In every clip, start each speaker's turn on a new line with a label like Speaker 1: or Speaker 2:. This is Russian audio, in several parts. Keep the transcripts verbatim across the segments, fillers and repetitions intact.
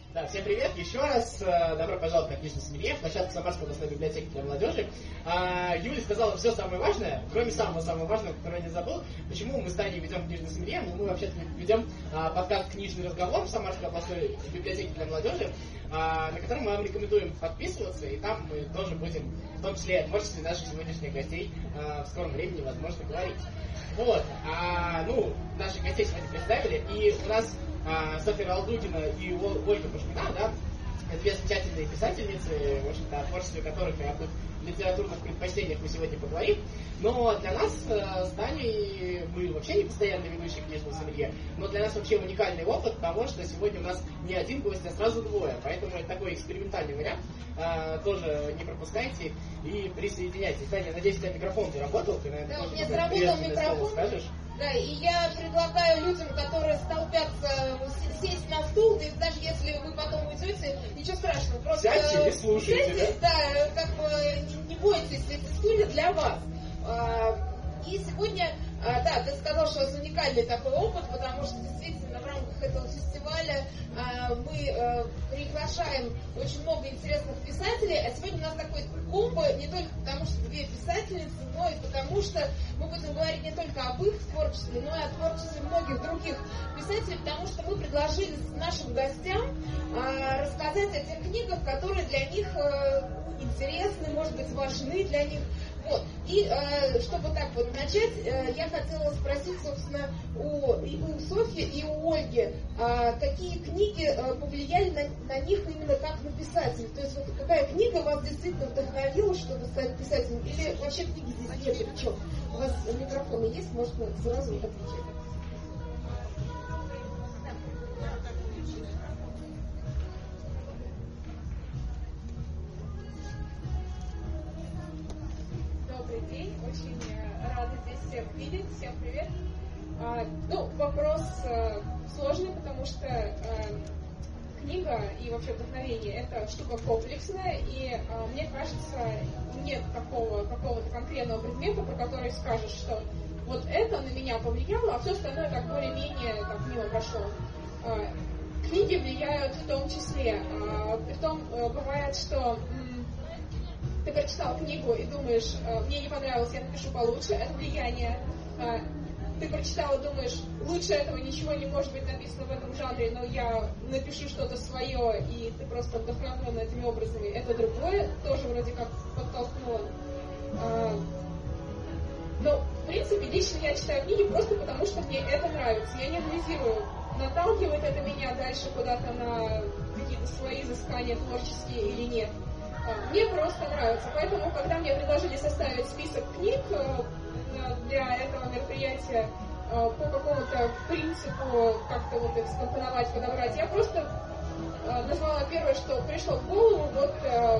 Speaker 1: Да, всем привет, еще раз добро пожаловать на книжный семинар, площадку Самарской областной библиотеки для молодежи. Юля сказала все самое важное, кроме самого-самого важного, которое я не забыл. Почему мы с Таней ведем книжный семинар? Ну, мы вообще-то ведем подкаст «Книжный разговор» в Самарской областной библиотеке для молодежи, на который мы вам рекомендуем подписываться, и там мы тоже будем, в том числе о творчестве наших сегодняшних гостей, в скором времени, возможно, говорить. Вот, а, ну, наших гостей сегодня представили, и у нас а, Софья Ралдугина и Ольга Пушкина, да, две замечательные писательницы, в общем-то, о творчестве которых и об их литературных предпочтениях мы сегодня поговорим. Но для нас с Таней, мы вообще не постоянные ведущие книжного сомелье, но для нас вообще уникальный опыт того, что сегодня у нас не один гость, а сразу двое. Поэтому это такой экспериментальный вариант. А, тоже не пропускайте и присоединяйтесь. Таня, надеюсь, у тебя микрофон заработал? Ты, наверное,
Speaker 2: да,
Speaker 1: тоже
Speaker 2: у меня заработал микрофон.
Speaker 1: Скажешь?
Speaker 2: Да, и я предлагаю людям, которые столпятся, сесть на стул, и даже если вы потом уйдете, ничего страшного. Просто
Speaker 1: сядьте и слушайте,
Speaker 2: сядьте, да? да, как бы не, не бойтесь, эти стулья для вас. И сегодня, да, ты сказал, что это уникальный такой опыт, потому что действительно в рамках этого фестиваля мы приглашаем очень много интересных писателей, а сегодня у нас такой комбо не только потому, что две писательницы, но и потому, что мы будем говорить не только об их творчестве, но и о творчестве многих других писателей, потому что мы предложили нашим гостям рассказать о тех книгах, которые для них интересны, может быть, важны для них. Вот. И э, чтобы так вот начать, э, я хотела спросить, собственно, у, и у Софьи и у Ольги, э, какие книги э, повлияли на, на них именно как на писателей? То есть вот какая книга вас действительно вдохновила, чтобы стать писателем? Или вообще книги здесь нет? Или что? У вас микрофоны есть, можно сразу отвечать.
Speaker 3: Добрый день, очень рада здесь всех видеть, всем привет. А, ну, вопрос а, сложный, потому что а, книга и вообще вдохновение – это штука комплексная, и а, мне кажется, нет такого какого-то конкретного предмета, про который скажешь, что вот это на меня повлияло, а все остальное так более-менее так мимо прошло. А, книги влияют в том числе, а, при том а, бывает, что ты прочитал книгу и думаешь, мне не понравилось, я напишу получше, это влияние. Ты прочитал и думаешь, лучше этого ничего не может быть написано в этом жанре, но я напишу что-то свое, и ты просто вдохновлен этими образами. Это другое, тоже вроде как подтолкнуло. Но, в принципе, лично я читаю книги просто потому, что мне это нравится. Я не анализирую, наталкивает это меня дальше куда-то на какие-то свои изыскания творческие или нет. Мне просто нравится. Поэтому, когда мне предложили составить список книг для этого мероприятия по какому-то принципу как-то вот их скомпоновать, подобрать, я просто назвала первое, что пришло в голову, вот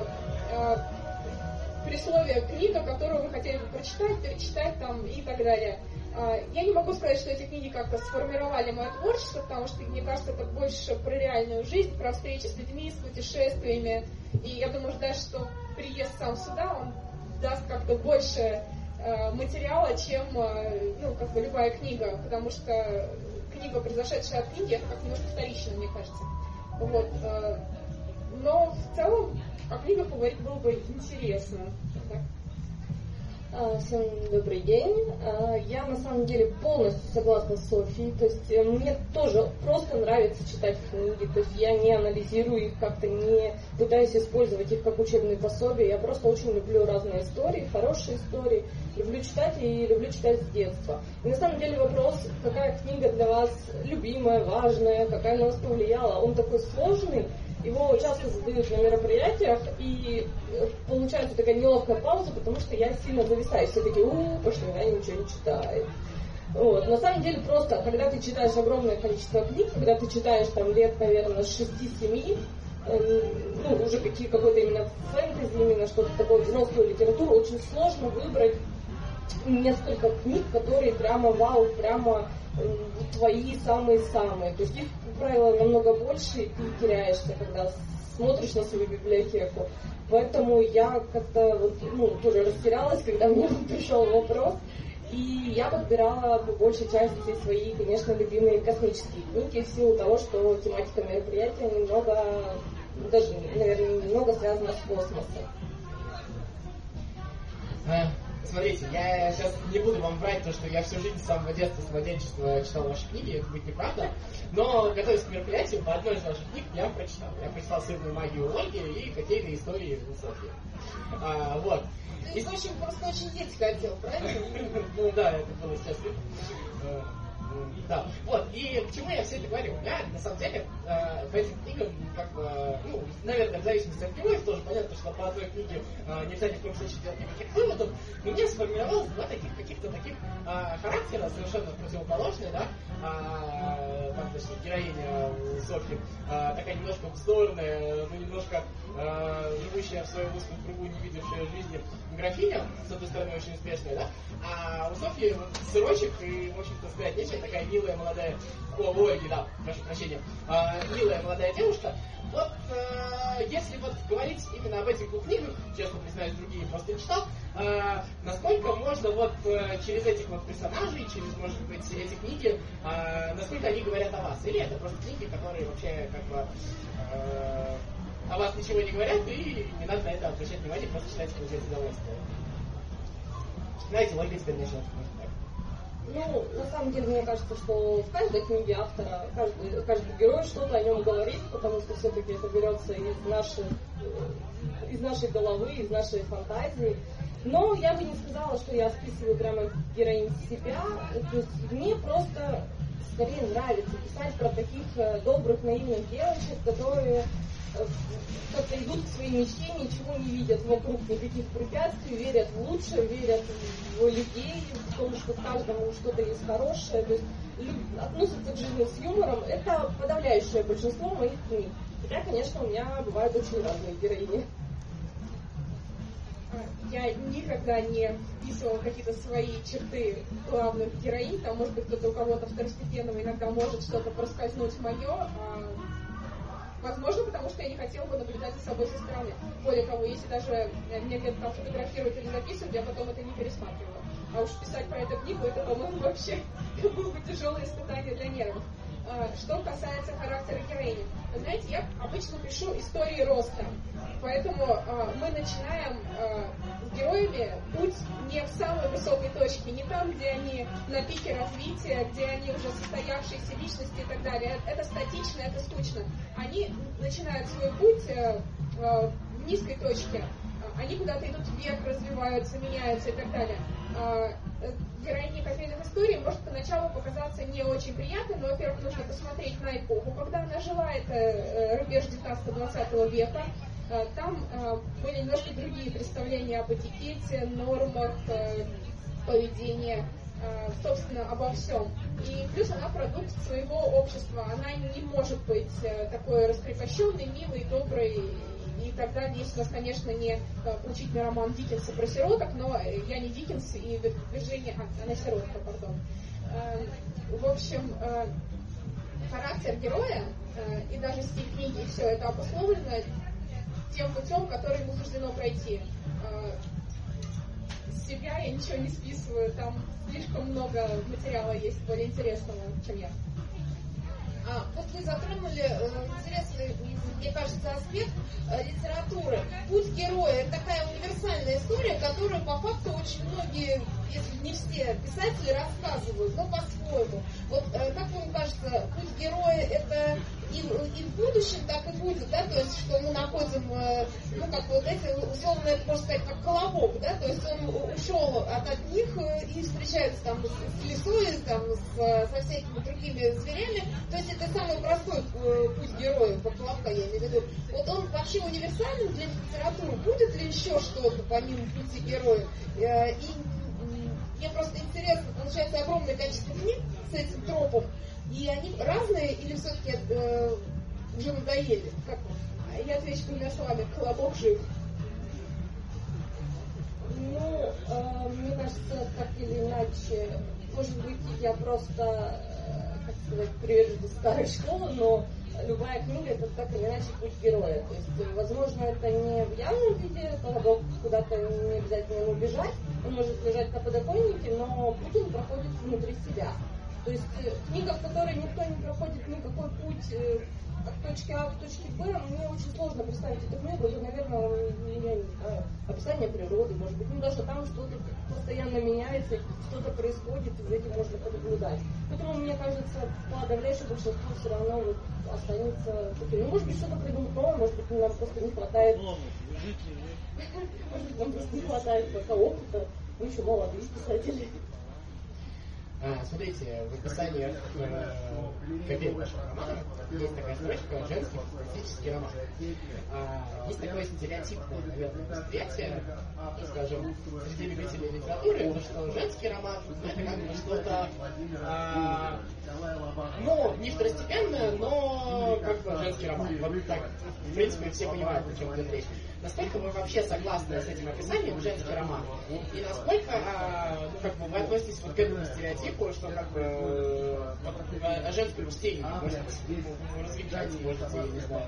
Speaker 3: присловие книга, которую вы хотели бы прочитать, перечитать там и так далее. Я не могу сказать, что эти книги как-то сформировали мое творчество, потому что, мне кажется, это больше про реальную жизнь, про встречи с людьми, с путешествиями. И я думаю, даже что приезд сам сюда, он даст как-то больше э, материала, чем э, ну, как бы любая книга, потому что книга, произошедшая от книги, это как немножко вторично, мне кажется. Вот, э, но в целом о книгах говорить было бы интересно. Так.
Speaker 4: Всем добрый день. Я на самом деле полностью согласна с Софией. То есть мне тоже просто нравится читать книги. То есть я не анализирую их как-то, не пытаюсь использовать их как учебные пособия. Я просто очень люблю разные истории, хорошие истории. Люблю читать и люблю читать с детства. И на самом деле вопрос, какая книга для вас любимая, важная, какая на вас повлияла, он такой сложный. Его часто задают на мероприятиях, и получается такая неловкая пауза, потому что я сильно зависаю. Все такие, у, пошли, я ничего не читаю. Вот. На самом деле просто, когда ты читаешь огромное количество книг, когда ты читаешь там лет, наверное, с шести-семи, э, ну, уже какие, какой-то именно фэнтези, именно что-то такое, взрослую литературу, очень сложно выбрать несколько книг, которые прямо вау, прямо э, твои самые-самые. То есть их, как правило, намного больше, и ты теряешься, когда смотришь на свою библиотеку. Поэтому я как-то вот, ну, тоже растерялась, когда мне пришел вопрос. И я подбирала по большей части свои, конечно, любимые космические книги в силу того, что тематика мероприятия немного, даже, наверное, немного связана с космосом.
Speaker 1: Смотрите, я сейчас не буду вам врать то, что я всю жизнь с самого детства, с младенчества читал ваши книги, это будет неправда, но, готовясь к мероприятию, по одной из ваших книг я прочитал. Я прочитал «Сырную магию Ольги» и «Котейные истории Софьи». А, вот.
Speaker 2: Ты, в общем, просто очень детский хотел, правильно?
Speaker 1: Ну да, это было естественно. Да, вот, и к чему я все это говорю? Я, на самом деле, э, по этим книгам, как бы, ну, наверное, в зависимости от героев, тоже понятно, что по одной книге э, нельзя ни в коем случае делать никаких выводов, но у меня сформировалось два таких, каких-то таких э, характера, совершенно противоположные, да, э, там, точнее, героиня Софьи, э, такая немножко вздорная, ну, немножко э, живущая в своем узком кругу, не видевшая жизни графиня, с одной стороны, очень успешная, да, а у Софьи вот, сырочек и, в общем-то, сказать нечего, такая милая молодая, о, Ольги, да, прошу прощения, а, милая молодая девушка. Вот, э, если вот говорить именно об этих двух книгах, честно признаюсь, другие просто не читал, э, насколько можно вот э, через этих вот персонажей, через, может быть, эти книги, э, насколько они говорят о вас, или это просто книги, которые вообще как бы э, о вас ничего не говорят, и не надо на это обращать внимание, просто читайте, получать удовольствие. Знаете, Ольга теперь начнет.
Speaker 4: Ну, на самом деле, мне кажется, что в каждой книге автора, каждый, каждый герой что-то о нем говорит, потому что все-таки это берется из нашей, из нашей головы, из нашей фантазии. Но я бы не сказала, что я списываю прямо героинь себя. То есть мне просто скорее нравится писать про таких добрых, наивных девочек, которые как-то идут к своей мечте, ничего не видят вокруг, никаких препятствий, верят в лучшее, верят в людей, в том, что каждому что-то есть хорошее, то есть относятся к жизни с юмором. Это подавляющее большинство моих книг. Хотя, конечно, у меня бывают очень разные героини.
Speaker 3: Я никогда не вписывала какие-то свои черты главных героинь, там, может быть, кто-то у кого-то второстепенного иногда может что-то проскользнуть мое, а возможно, потому что я не хотела бы наблюдать за собой со стороны. Более того, если даже меня где-то там фотографируют или записывают, я потом это не пересматриваю. А уж писать про эту книгу, это, по-моему, вообще было бы тяжелое испытание для нервов. Что касается характера героини. Вы знаете, я обычно пишу истории роста. Поэтому э, мы начинаем э, с героями путь не в самой высокой точке, не там, где они на пике развития, где они уже состоявшиеся личности и так далее. Это статично, это скучно. Они начинают свой путь э, э, в низкой точке. Они куда-то идут вверх, развиваются, меняются и так далее. Э, героиня кофейных историй может поначалу показаться не очень приятной, но, во-первых, нужно посмотреть на эпоху, когда она жила, это э, рубеж девятнадцатого-двадцатого века. Там э, были немножко другие представления об этикете, нормах, э, поведении, э, собственно, обо всем. И плюс она продукт своего общества. Она не может быть э, такой раскрепощенной, милой, доброй и так далее. Если у нас, конечно, не э, учить роман Диккенса про сироток, но я не Диккенс и Вирджиния... А, она сиротка, пардон. Э, в общем, э, характер героя э, и даже стиль книги, и все это обусловлено тем путем, который ему суждено пройти. С себя я ничего не списываю, там слишком много материала есть более интересного, чем я.
Speaker 2: А, вот вы затронули э, интересный, мне кажется, аспект э, литературы. Путь героя — это такая универсальная история, которую по факту очень многие, если не все писатели, рассказывают, но по-своему. Вот э, как вам кажется, путь героя — это и, и в будущем так и будет, да, то есть, что мы находим, э, ну, как вот эти, условно, это можно сказать, как колобок, да, то есть он ушел от одних э, и встречается там с, с лисой, там, с, со всякими другими зверями, то есть это самый простой э, путь героя, по колобка я имею в виду. Вот он вообще универсальным для литературы, будет ли еще что-то помимо пути героя? Э, и мне просто интересно, получается огромное количество книг с этим тропом, и они разные или все-таки э, уже надоели? Как?
Speaker 3: Я отвечу двумя словами. Колобок жив.
Speaker 4: Ну, э, мне кажется, так или иначе, может быть, я просто, э, как сказать, приверженец старой школы, но любая книга это так или иначе путь героя. То есть, возможно, это не в явном виде, Колобок куда-то не обязательно ему бежать, он может лежать на подоконнике, но путь он проходит внутри себя. То есть книга, в которой никто не проходит никакой путь от точки А к точке Б, мне очень сложно представить эту книгу. Это, наверное, я не знаю, описание природы, может быть, ну даже там что-то постоянно меняется, что-то происходит, и за этим можно понаблюдать. Поэтому, мне кажется, подавляющее большинство все равно вот останется таким. Ну, может быть, что-то придумать новое, может быть, нам просто не хватает. Может быть, нам просто не хватает пока опыта. Мы еще молодые писатели.
Speaker 1: А, смотрите, в описании э, копий вашего романа есть такая строчка «женский фантастический роман». А, есть такое стереотипное, наверное, восприятие, скажем, среди любителей литературы, то, что женский роман — это как бы что-то, а, ну, не второстепенное, но как бы женский роман. Вот так, в принципе, все понимают, о чем идет речь. Насколько вы вообще согласны с этим описанием женский роман? И насколько а, ну, как бы вы относитесь вот к этому стереотипу, что как бы вот, о женском чтении, может быть, развивать, можете, не знаю.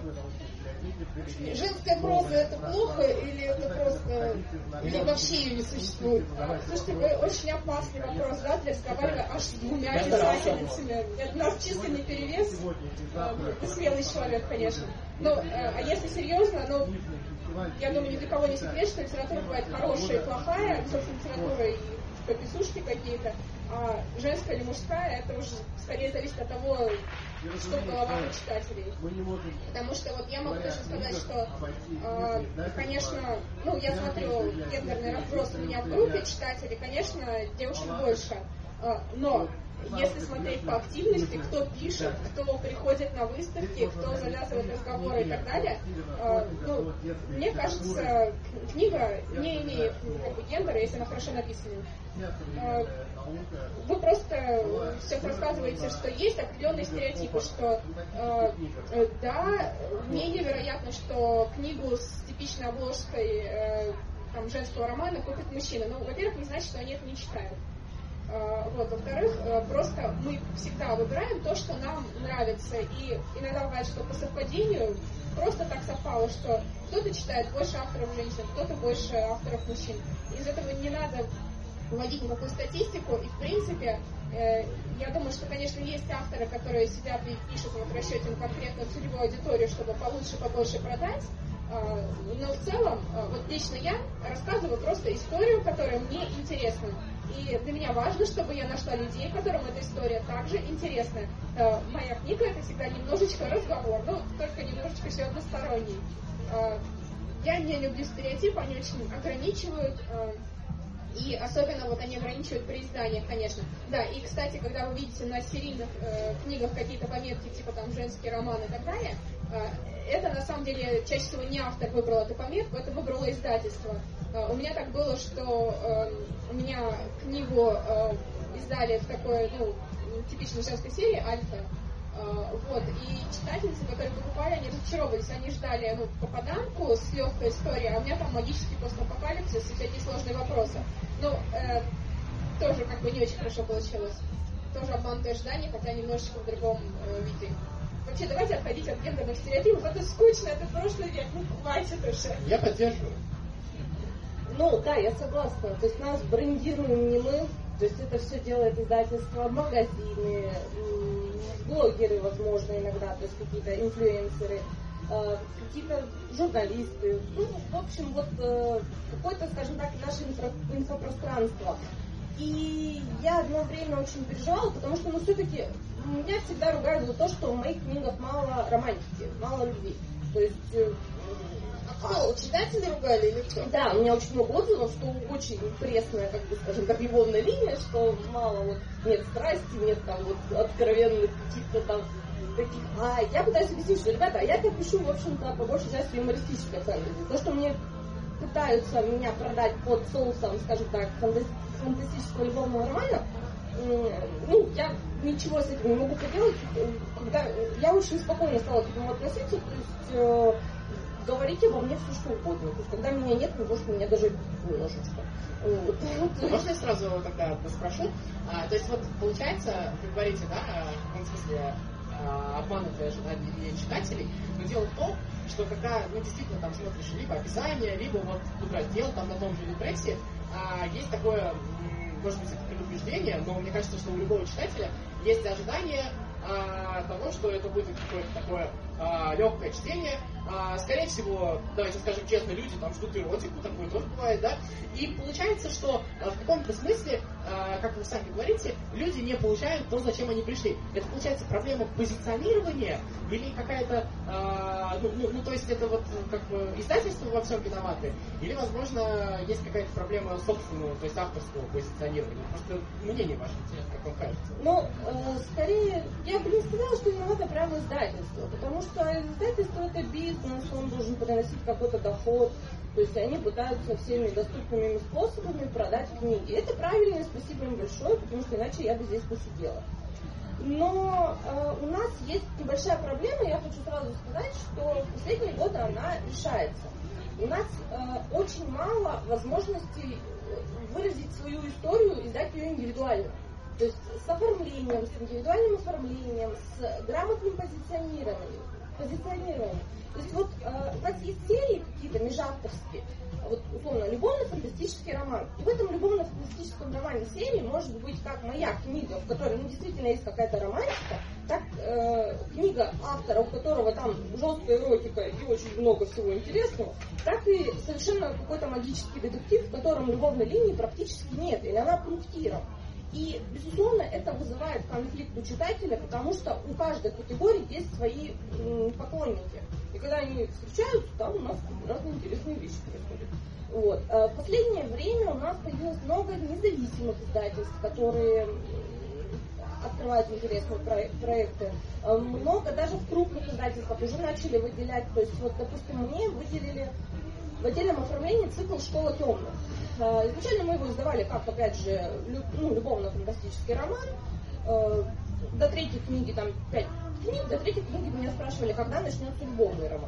Speaker 2: Женская проза это плохо или это просто, или вообще ее не существует? Слушайте, вы очень опасный вопрос, да, для разговаривания аж с двумя писательницами. Это у нас чисто не перевес. Ты смелый человек, конечно. Но, а если серьезно, ну, я думаю, ни для кого не секрет, что литература бывает хорошая и плохая, собственно, литература и пописушки какие-то, а женская или мужская, это уже скорее зависит от того, что в головах у читателей. Потому что вот я могу точно сказать, что, э, конечно, ну, я смотрю гендерный разброс у меня в группе читателей, конечно, девушек больше, э, но если смотреть по активности, кто пишет, кто приходит на выставки, кто завязывает разговоры и так далее, э, ну, мне кажется, книга не имеет как бы, гендера, если она хорошо написана. Э, вы просто сейчас рассказываете, что есть определенные стереотипы, что э, э, да, менее вероятно, что книгу с типичной обложкой э, там, женского романа купит мужчина. Ну, во-первых, не значит, что они это не читают. Вот, во-вторых, просто мы всегда выбираем то, что нам нравится, и иногда бывает, что по совпадению просто так совпало, что кто-то читает больше авторов женщин, кто-то больше авторов мужчин. Из этого не надо вводить никакую статистику, и в принципе, э, я думаю, что, конечно, есть авторы, которые сидят и пишут вот, в расчете на конкретную целевую аудиторию, чтобы получше, побольше продать. Но в целом, вот лично я рассказываю просто историю, которая мне интересна. И для меня важно, чтобы я нашла людей, которым эта история также интересна. Моя книга — это всегда немножечко разговор, ну, только немножечко все односторонний. Я не люблю стереотипы, они очень ограничивают. И особенно вот они ограничивают при изданиях, конечно. Да, и, кстати, когда вы видите на серийных э, книгах какие-то пометки, типа там женский роман и так далее, э, это на самом деле чаще всего не автор выбрал эту пометку, это выбрало издательство. Э, у меня так было, что э, у меня книгу э, издали в такой, ну, типичной женской серии «Альфа». Uh, вот, и читательницы, которые покупали, они разочаровывались, они ждали ну, попаданку с легкой историей, а у меня там магический постапокалипсис и всякие сложные вопросы. Ну, э, тоже как бы не очень хорошо получилось. Тоже обманутое ожидание, хотя немножечко в другом э, виде. Вообще, давайте отходить от гендерных стереотипов, это скучно, это прошлый век, ну хватит уже.
Speaker 1: Я поддерживаю.
Speaker 4: Ну, да, я согласна. То есть нас брендируем не мы, то есть это все делает издательство, магазины, блогеры, возможно, иногда, то есть какие-то инфлюенсеры, э, какие-то журналисты. Ну, в общем, вот э, какое-то, скажем так, наше инфра- инфопространство. И я одно время очень переживала, потому что, ну, все-таки меня всегда ругают за то, что в моих книгах мало романтики, мало любви. То есть... Э,
Speaker 2: А, читатели ругали или кто?
Speaker 4: Да, у меня очень много отзывов, что очень пресная, как бы, скажем так, любовная линия, что мало вот нет страсти, нет там вот откровенных каких-то там таких. А я пытаюсь объяснить, что, ребята, я это пишу, в общем-то, по большей части юмористической фэнтези. То, что мне пытаются меня продать под соусом, скажем так, фантастического любовного романа, ну, я ничего с этим не могу поделать. Когда я очень спокойно стала к этому относиться, то есть говорите обо мне все, что угодно. То есть, когда меня нет, вы можете меня даже немножечко. Вот.
Speaker 1: Можно я сразу тогда спрошу? А, то есть, вот, получается, вы говорите, да, в каком смысле, а, обманутые ожидания читателей. Но дело в том, что когда ну, действительно там смотришь либо описание, либо вот тут раздел там на том же Литресе, а, есть такое, может быть, это предубеждение, но мне кажется, что у любого читателя есть ожидание а, того, что это будет какое-то такое а, легкое чтение. А, скорее всего, давайте скажем честно, люди там ждут эротику, такое тоже бывает, да? И получается, что а, в каком-то смысле, а, как вы сами говорите, люди не получают то, зачем они пришли. Это получается проблема позиционирования или какая-то, а, ну, ну, ну, то есть это вот как бы издательство во всем виноваты, или, возможно, есть какая-то проблема собственного, то есть авторского позиционирования. Просто мнение ваше интересно, как вам кажется?
Speaker 4: Ну, э, скорее, я бы не сказала, что виновато прямо издательство, потому что издательство это бизнес, он должен приносить какой-то доход, то есть они пытаются всеми доступными способами продать книги. Это правильно, и спасибо им большое, потому что иначе я бы здесь не сидела. Но э, у нас есть небольшая проблема, я хочу сразу сказать, что в последние годы она решается. У нас э, очень мало возможностей выразить свою историю, издать ее индивидуально. То есть с оформлением, с индивидуальным оформлением, с грамотным позиционированием. позиционированием. То есть вот э, у нас есть серии какие-то межавторские, вот условно любовно-фантастический роман. И в этом любовно-фантастическом романе серии может быть как моя книга, в которой ну, действительно есть какая-то романтика, так э, книга автора, у которого там жесткая эротика и очень много всего интересного, так и совершенно какой-то магический детектив, в котором любовной линии практически нет, или она пунктиром. И, безусловно, это вызывает конфликт у читателя, потому что у каждой категории есть свои м, поклонники. И когда они встречаются, там у нас разные интересные вещи происходят. Вот. А в последнее время у нас появилось много независимых издательств, которые открывают интересные проекты. Много даже в крупных издательствах уже начали выделять. То есть, вот, допустим, мне выделили в отдельном оформлении цикл «Школа темных». Изначально мы его издавали как, опять же, ну, любовно-фантастический роман. До третьей книги, там, пять книг, до третьей книги меня спрашивали, когда начнется любовный роман.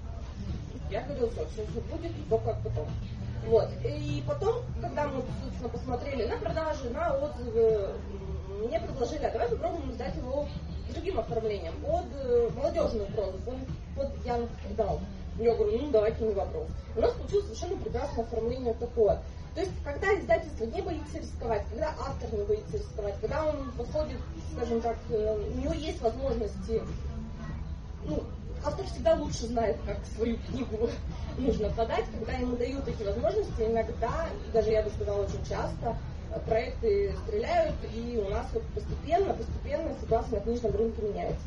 Speaker 4: Я говорила, все, все, все будет, только потом. Вот. И потом, когда мы, собственно, посмотрели на продажи, на отзывы, мне предложили, а давай попробуем издать его другим оформлением, под молодежную прозу, под, под Young Adult. Я говорю, ну давайте, не вопрос. У нас получилось совершенно прекрасное оформление такое. То есть, когда издательство не боится рисковать, когда автор не боится рисковать, когда он подходит, скажем так, у него есть возможности, ну, автор всегда лучше знает, как свою книгу нужно подать, когда ему дают эти возможности, иногда, даже я бы сказала, очень часто, проекты стреляют, и у нас вот постепенно, постепенно ситуация на книжном рынке меняется.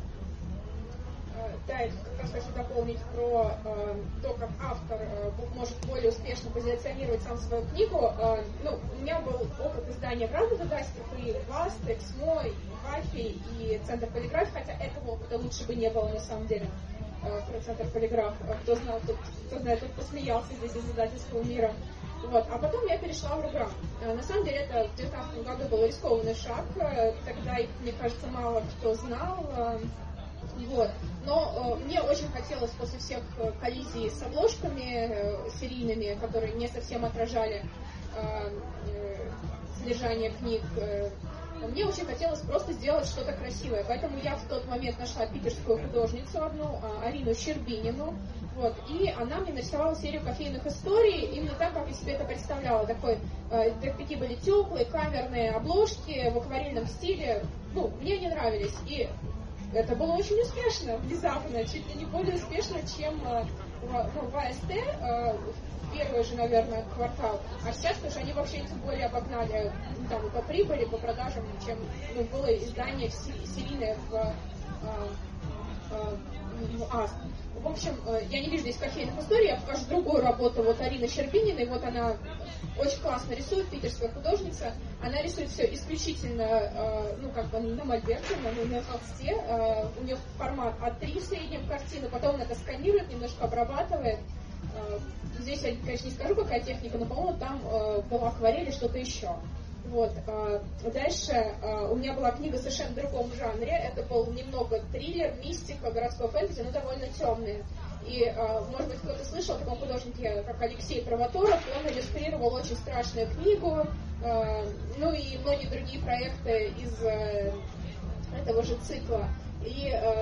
Speaker 3: Да, я как раз хочу дополнить про э, то, как автор э, может более успешно позиционировать сам свою книгу. Э, ну, у меня был опыт издания в разных издательствах, и ВАСТ, Эксмо, и Вафи, и Центр Полиграф, хотя этого опыта лучше бы не было на самом деле. Э, про Центр Полиграф, кто знал, тот, кто знает, тот посмеялся здесь из издательского мира. Вот. А потом я перешла в Руграм. Э, на самом деле это в две тысячи девятнадцатом году был рискованный шаг, э, тогда их, мне кажется, мало кто знал. Э, Вот. Но э, мне очень хотелось после всех э, коллизий с обложками э, серийными, которые не совсем отражали э, э, содержание книг, э, мне очень хотелось просто сделать что-то красивое. Поэтому я в тот момент нашла питерскую художницу одну, э, Арину Щербинину, вот, и она мне нарисовала серию кофейных историй, именно так, как я себе это представляла. Такой, э, такие были теплые, камерные обложки в акварельном стиле. Ну, мне не нравились. И это было очень успешно, внезапно, чуть ли не более успешно, чем э, в, в ВСТ, э, первый же, наверное, квартал. А сейчас тоже они вообще тем более обогнали ну, там, по прибыли, по продажам, чем ну, было издание серийное в, э, э, в АСТ. В общем, э, я не вижу здесь кофейных историй, я покажу другую работу вот Арины Щербининой. Вот она очень классно рисует, питерская художница. Она рисует все исключительно, э, ну, как бы на мольберте, на, на холсте. Э, у нее формат а три в среднем картины, потом она это сканирует, немножко обрабатывает. Э, здесь я, конечно, не скажу, какая техника, но, по-моему, там э, была акварель или что-то еще. Вот. Э, дальше э, у меня была книга совершенно в другом жанре. Это был немного триллер, мистика, городской фэнтези, но довольно темный. И, э, может быть, кто-то слышал о таком художнике, как Алексей Провоторов. Он иллюстрировал очень страшную книгу, э, ну и многие другие проекты из э, этого же цикла. И э,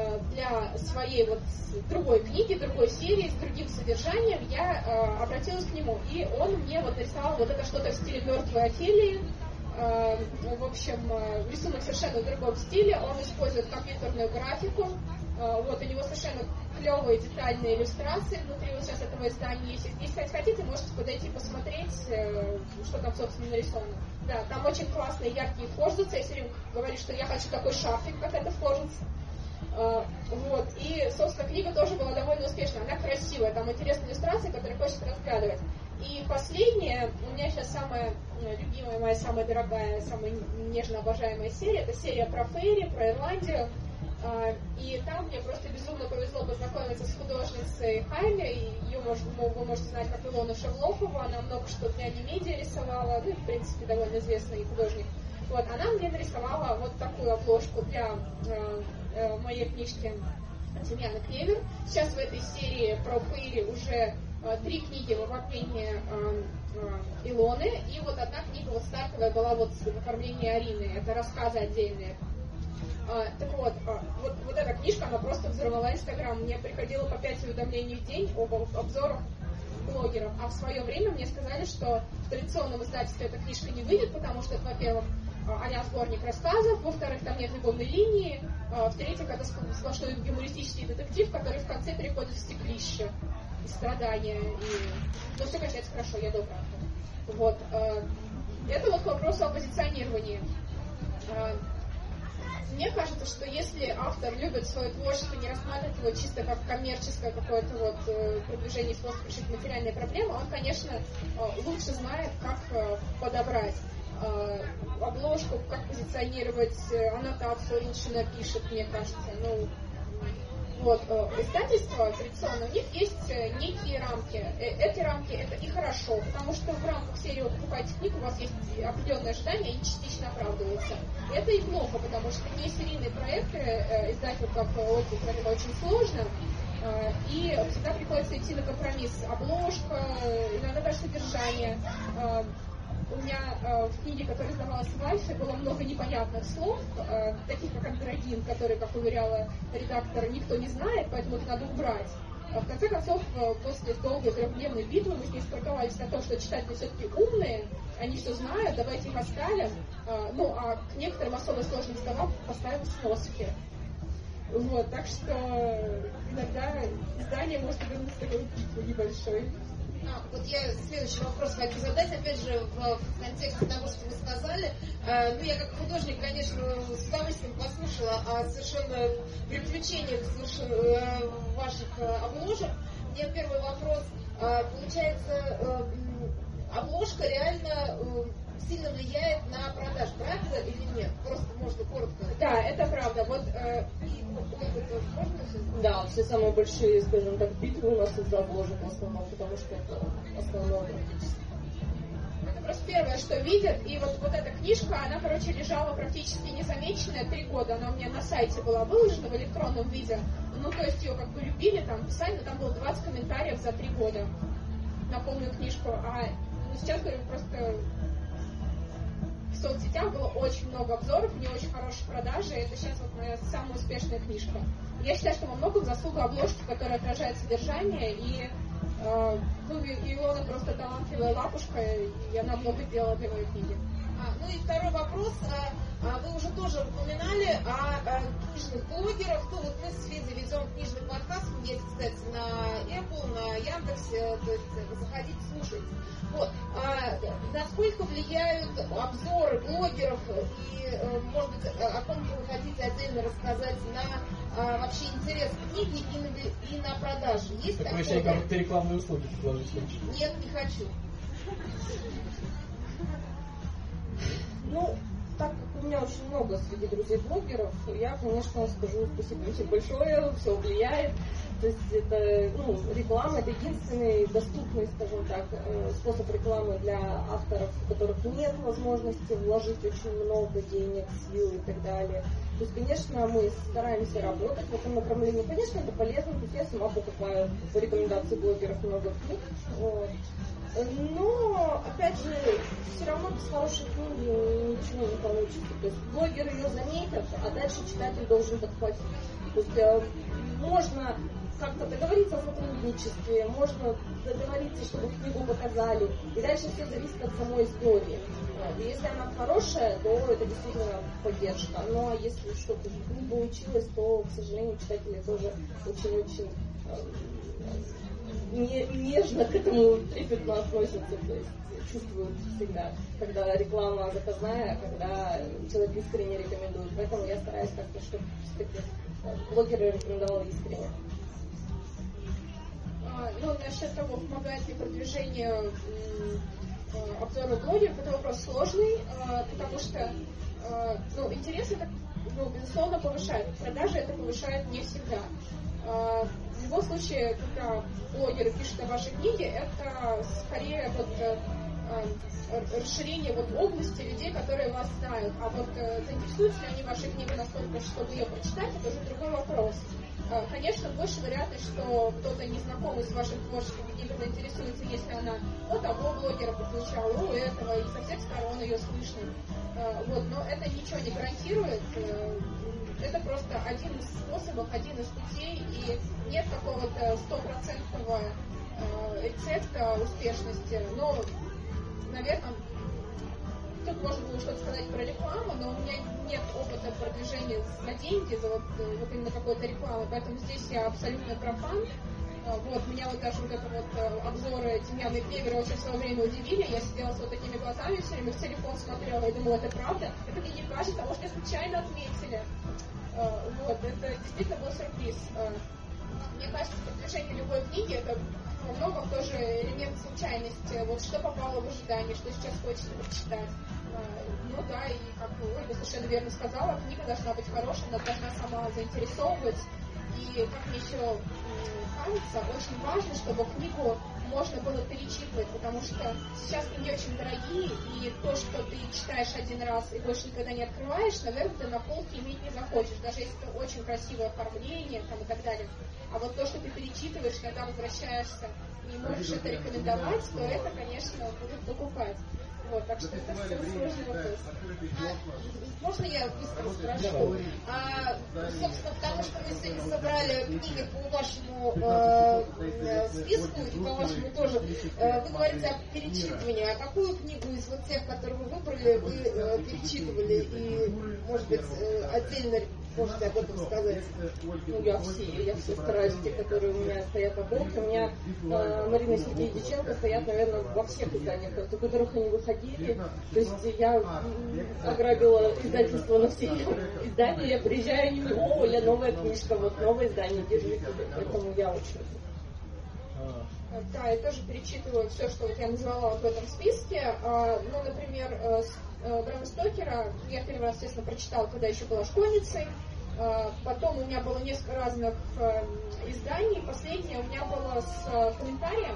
Speaker 3: для своей вот другой книги, другой серии, с другим содержанием, я э, обратилась к нему. И он мне вот нарисовал вот это что-то в стиле мертвой Офелии. Э, в общем, э, рисунок совершенно в другом стиле. Он использует компьютерную графику. Э, вот у него совершенно клевые детальные иллюстрации внутри вот сейчас этого издания. Если, если хотите, можете подойти посмотреть, э, что там, собственно, нарисовано. Да, там очень классные яркие форзацы. Я все время говорю, что я хочу такой шарфик, как это форзац. Uh, вот. И, собственно, книга тоже была довольно успешная. Она красивая, там интересные иллюстрации, которые хочется разглядывать. И последняя, у меня сейчас самая любимая, моя самая дорогая, самая нежно обожаемая серия, это серия про Фейри, про Ирландию. Uh, и там мне просто безумно повезло познакомиться с художницей Хайме. Ее мож, вы можете знать как Илону Шевлохову. Она много что для анимедиа рисовала, ну и, в принципе, довольно известный художник. Вот, она мне нарисовала вот такую обложку для э, э, моей книжки «Тимьяна Клевер». Сейчас в этой серии про Фейри уже э, три книги в оформлении э, э, Илоны, и вот одна книга вот стартовая была вот в оформлении Арины, это рассказы отдельные. Э, так вот, э, вот, вот эта книжка, она просто взорвала Инстаграм. Мне приходило по пять уведомлений в день об обзорах блогеров, а в свое время мне сказали, что в традиционном издательстве эта книжка не выйдет, потому что это, во-первых, а-ля сборник рассказов, во-вторых, там нет любовной линии, в-третьих, это сплошной юмористический детектив, который в конце переходит в стеклище и страдания, и... но все кончается хорошо, я добрая. Вот. Это вот к вопросу о позиционировании. Мне кажется, что если автор любит свое творчество, не рассматривает его чисто как коммерческое какое-то вот продвижение, способ решить материальные проблемы, он, конечно, лучше знает, как подобрать обложку, как позиционировать, аннотацию лучше напишет, мне кажется. Ну, вот, издательство традиционно, у них есть некие рамки. Эти рамки, это и хорошо, потому что в рамках серии вы покупаете книгу, у вас есть определенные ожидания, они частично оправдываются. Это и плохо, потому что не серийные проекты издать вот как опыт, это очень сложно. И всегда приходится идти на компромисс. Обложка, иногда даже содержание. У меня э, в книге, которая издавалась в Альфе, было много непонятных слов, э, таких как андрогин, который, как уверяла редактор, никто не знает, поэтому их надо убрать. А в конце концов, э, после долгой трехдневной битвы мы с ней сторговались на том, что читатели все-таки умные, они все знают, давайте их оставим. Э, ну, а к некоторым особо сложным словам поставим сноски. Вот, так что иногда издание может вернуться в такой битву небольшой.
Speaker 2: А, вот я следующий вопрос хочу задать, опять же, в, в контексте того, что вы сказали. Э, ну, я как художник, конечно, с удовольствием послушала о совершенно приключениях совершенно, э, ваших э, обложек. У меня первый вопрос. Э, получается, э, обложка реально э, сильно влияет на продажу, правда или нет? Просто можно коротко.
Speaker 3: Да, это правда. Вот, э,
Speaker 2: и, ой, это можно все?
Speaker 4: Да, все самые большие, скажем так, битвы у нас из-за обложек в основном, потому что это основное практически.
Speaker 3: Это просто первое, что видят. И вот, вот эта книжка, она, короче, лежала практически незамеченная три года. Она у меня на сайте была выложена в электронном виде. Ну, то есть ее как бы любили, там писали, но там было двадцать комментариев за три года на полную книжку. А ну, сейчас, говорю, просто... В соцсетях было очень много обзоров, у нее очень хорошие продажи, и это сейчас вот моя самая успешная книжка. Я считаю, что во многом заслуга обложки, которая отражает содержание, и э, ну, Илона просто талантливая лапушка, и она много сделала для моей книги.
Speaker 2: А, ну и второй вопрос. А, а вы уже тоже упоминали о, о книжных блогерах. Ну вот мы с Федой ведем книжный подкаст. Он есть, кстати, на Apple, на Яндексе. То есть заходите, слушайте. Вот. А, насколько влияют обзоры блогеров и, может быть, о ком вы хотите отдельно рассказать на а, вообще интерес к книге и на, и на продажи? Есть
Speaker 1: такое? Еще какие-то рекламные услуги предложить?
Speaker 2: Нет, не хочу.
Speaker 4: Ну, так как у меня очень много среди друзей блогеров, я, конечно, скажу спасибо очень большое, все влияет. То есть это, ну, реклама, это единственный доступный, скажем так, способ рекламы для авторов, у которых нет возможности вложить очень много денег, сил и так далее. То есть, конечно, мы стараемся работать в этом направлении. Конечно, это полезно, то есть я сама покупаю по рекомендации блогеров много книг. Вот. Но, опять же, все равно без хорошей книги ничего не получится. То есть блогеры ее заметят, а дальше читатель должен подхватить. То есть можно как-то договориться о сотрудничестве, можно договориться, чтобы книгу показали, и дальше все зависит от самой истории. Вот. И если она хорошая, то это действительно поддержка. Ну а если что-то не получилось, то, к сожалению, читатели тоже очень-очень не, нежно к этому трепетно относятся, то есть чувствуют всегда, когда реклама заказная, когда человек искренне рекомендует. Поэтому я стараюсь как-то, чтобы все-таки блогеры рекомендовали искренне.
Speaker 3: А, ну, насчет того, помогает ли продвижение обзора блогеров, это вопрос сложный, потому что ну, интерес это, ну, безусловно, повышает. Продажи это повышает не всегда. В любом случае, когда блогеры пишут о вашей книге, это скорее вот расширение вот области людей, которые вас знают. А вот заинтересуются ли они вашей книгой настолько, чтобы ее прочитать, это уже другой вопрос. Конечно, больше вероятность, что кто-то незнакомый с вашим творчеством книгой заинтересуется, если она от того блогера подключала, у этого, и со всех сторон ее слышно. Вот, но это ничего не гарантирует. Это просто один из способов, один из путей, и нет какого-то стопроцентного рецепта успешности. Но, наверное, тут можно было что-то сказать про рекламу, но у меня нет опыта продвижения на деньги за вот, вот именно какой-то рекламы, поэтому здесь я абсолютно профан. Вот, меня вот даже вот это вот обзоры «Тимьяна и клевера» очень в свое время удивили. Я сидела с вот такими глазами, все время в телефон смотрела и думала, это правда? Это мне не кажется, а может, меня случайно отметили. Вот, это действительно был сюрприз. Мне кажется, продвижение любой книги — это во многом тоже элемент случайности. Вот что попало в ожидание, что сейчас хочется прочитать. Ну да, и как Ольга совершенно верно сказала, книга должна быть хорошая, она должна сама заинтересовывать. И, как мне еще кажется, очень важно, чтобы книгу можно было перечитывать, потому что сейчас книги очень дорогие, и то, что ты читаешь один раз и больше никогда не открываешь, наверное, ты на полке иметь не захочешь, даже если это очень красивое оформление там, и так далее. А вот то, что ты перечитываешь, когда возвращаешься и можешь это рекомендовать, то это, конечно, будет покупать. Вот, так что это сложный вопрос. А, можно я быстро спрошу? А, собственно, потому что мы сегодня собрали книги по вашему э, списку и по вашему тоже. Э, вы говорите о перечитывании. А какую книгу из вот тех, которые вы выбрали, вы э, перечитывали? И, может быть, э, отдельно можете об этом сказать?
Speaker 4: Ну, я все, я все стараюсь, те, которые у меня стоят на полке. У меня э, Марина и Сергей Дьяченко стоят, наверное, во всех изданиях, у которых они выходили. То есть я ограбила издательство на все издания, я приезжаю, они говорят, о, Оля, новая книжка, вот новое издание, держите. Поэтому я очень...
Speaker 3: Да, я тоже перечитываю все, что вот я назвала в этом списке. Ну, например, Брэма Стокера я первый раз, естественно, прочитала, когда еще была школьницей. Потом у меня было несколько разных изданий. Последнее у меня было с комментарием,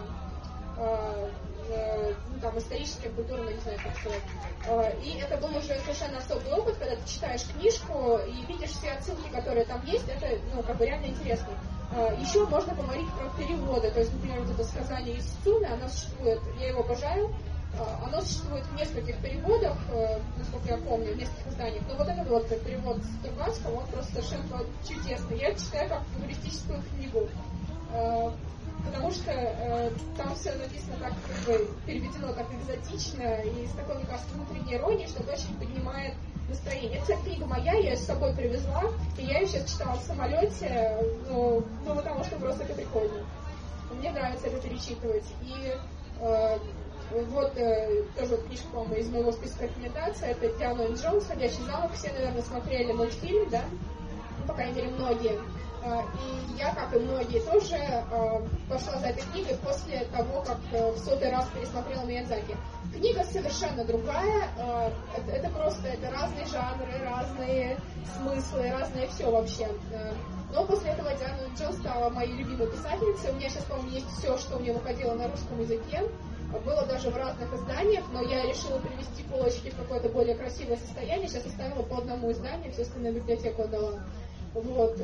Speaker 3: ну, там, историческим, культурным, не знаю, как сказать. И это был уже совершенно особый опыт, когда ты читаешь книжку и видишь все отсылки, которые там есть, это, ну, как бы реально интересно. Еще можно поговорить про переводы, то есть, например, вот это сказание из Цуны, оно существует, я его обожаю, оно существует в нескольких переводах, насколько я помню, в нескольких изданиях, но вот этот вот перевод с Турганского, он просто совершенно чудесный. Я читаю как юмористическую книгу. Потому что э, там все написано так, как бы переведено так экзотично и с такой, мне кажется, внутренней иронией, что это очень поднимает настроение. Это, кстати, книга моя, я ее с собой привезла, и я ее сейчас читала в самолете, ну, ну потому что просто это прикольно. Мне нравится это перечитывать. И э, вот э, тоже вот книжка, по-моему, из моего списка рекомендаций, это Диана и Джонс, «Ходячий замок». Все, наверное, смотрели мультфильм, да? Ну, по крайней мере, многие. И я, как и многие, тоже пошла за этой книгой после того, как в сотый раз пересмотрела Миядзаки. Книга совершенно другая, это, это просто это разные жанры, разные смыслы, разное все вообще. Но после этого Диана Джон стала моей любимой писательницей. У меня сейчас, по-моему, есть все, что у нее выходило на русском языке. Было даже в разных изданиях, но я решила привести полочки в какое-то более красивое состояние. Сейчас оставила по одному изданию, все остальное в библиотеку отдала. Вот.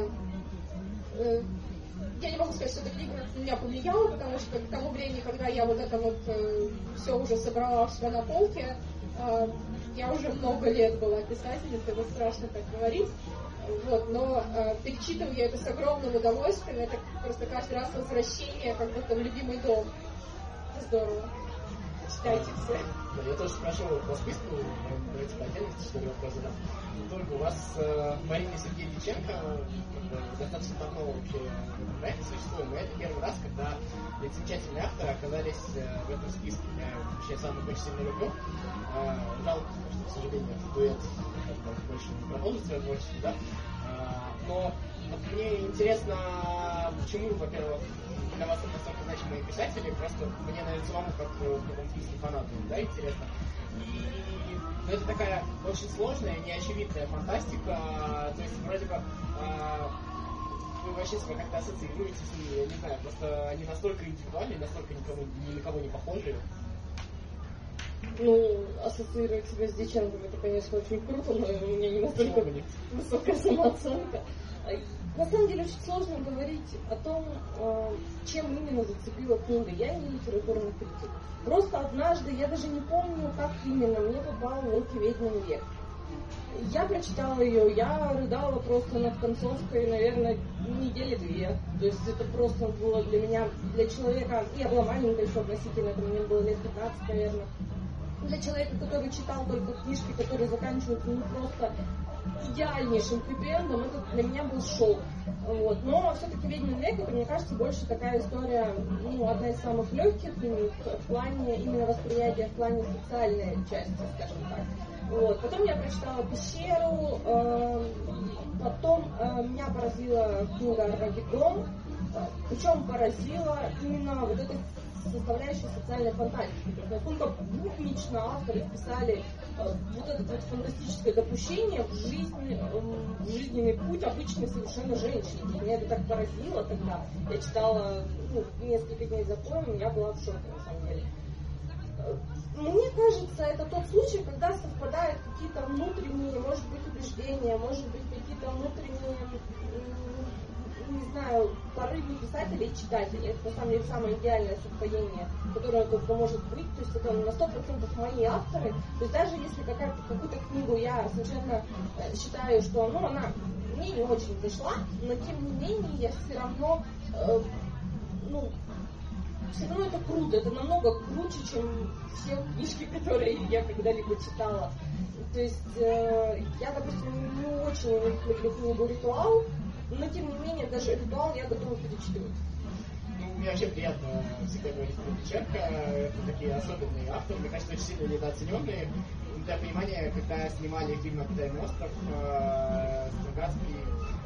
Speaker 3: Я не могу сказать, что эта книга на меня повлияла, потому что к тому времени, когда я вот это вот э, все уже собрала у себя на полке, э, я уже много лет была писательницей, это страшно так говорить. Вот, но э, перечитываю я это с огромным удовольствием, это просто каждый раз возвращение, как будто в любимый дом. Это здорово. Читайте все.
Speaker 1: Да, я тоже спрашивал по списку, давайте по отдельности, что ли, вопрос задам. Только у вас э, Марина и Сергей Дьяченко как бы, достаточно давно вообще проект существует, но это первый раз, когда эти замечательные авторы оказались э, в этом списке. Я вообще сам их очень сильно люблю. Э, жалко, что, к сожалению, дуэт больше не продолжит свое творчество, да? Э, но вот мне интересно, почему, во-первых, для вас это настолько значимые писатели, просто мне, наверное, самому как в каком смысле фанату, да, интересно. И ну, это такая очень сложная, неочевидная фантастика, то есть вроде бы а, вы вообще себя как-то ассоциируете с ними, я не знаю, просто они настолько индивидуальны, настолько никому, ни на кого не похожи.
Speaker 4: Ну, ассоциировать себя с Дьяченко, это, конечно, очень круто, но у меня не настолько высокая самооценка. На самом деле очень сложно говорить о том, чем именно зацепила книга. Я не литературный критик. Просто однажды, я даже не помню, как именно мне попал «Великий ведьмин век». Я прочитала ее, я рыдала просто над концовкой, наверное, недели две. То есть это просто было для меня, для человека, я была маленькая еще относительно, это мне было лет пятнадцать, наверное. Для человека, который читал только книжки, которые заканчиваются ну просто идеальнейшим хэппи-эндом, это для меня был шок. Вот. Но все-таки «Ведьмин век» это, мне кажется, больше такая история, ну, одна из самых легких в плане именно восприятия, в плане социальной части, скажем так. Вот. Потом я прочитала «Пещеру», э, потом э, меня поразила книга «Армагеддон», э, причем поразила именно вот этой составляющей социальной фантастики. Насколько буквично авторы писали э, вот это вот фантастическое допущение в, жизни, э, в жизненный путь обычной совершенно женщины. Меня это так поразило тогда. Я читала ну, несколько дней за поем, я была в шоке на самом деле. Мне кажется, это тот случай, когда совпадают какие-то внутренние, может быть, убеждения, может быть, какие-то внутренние, не знаю, порывы писателей и читателей. Это, на самом деле, самое идеальное совпадение, которое только может быть. То есть это на сто процентов мои авторы. То есть даже если какая-то, какую-то книгу я совершенно считаю, что ну, она мне не очень зашла, но тем не менее я все равно, э, ну, все равно это круто, это намного круче, чем все книжки, которые я когда-либо читала. То есть э, я, допустим, не очень люблю книгу «Ритуал», но тем не менее даже «Ритуал» я готова перечитывать.
Speaker 1: Ну, мне вообще приятно всегда говорить про Дьяченко, это такие особенные авторы, мне кажется, очень сильно недооцененные. Для понимания, когда снимали фильм «Обитаемый остров», э, Стругацкий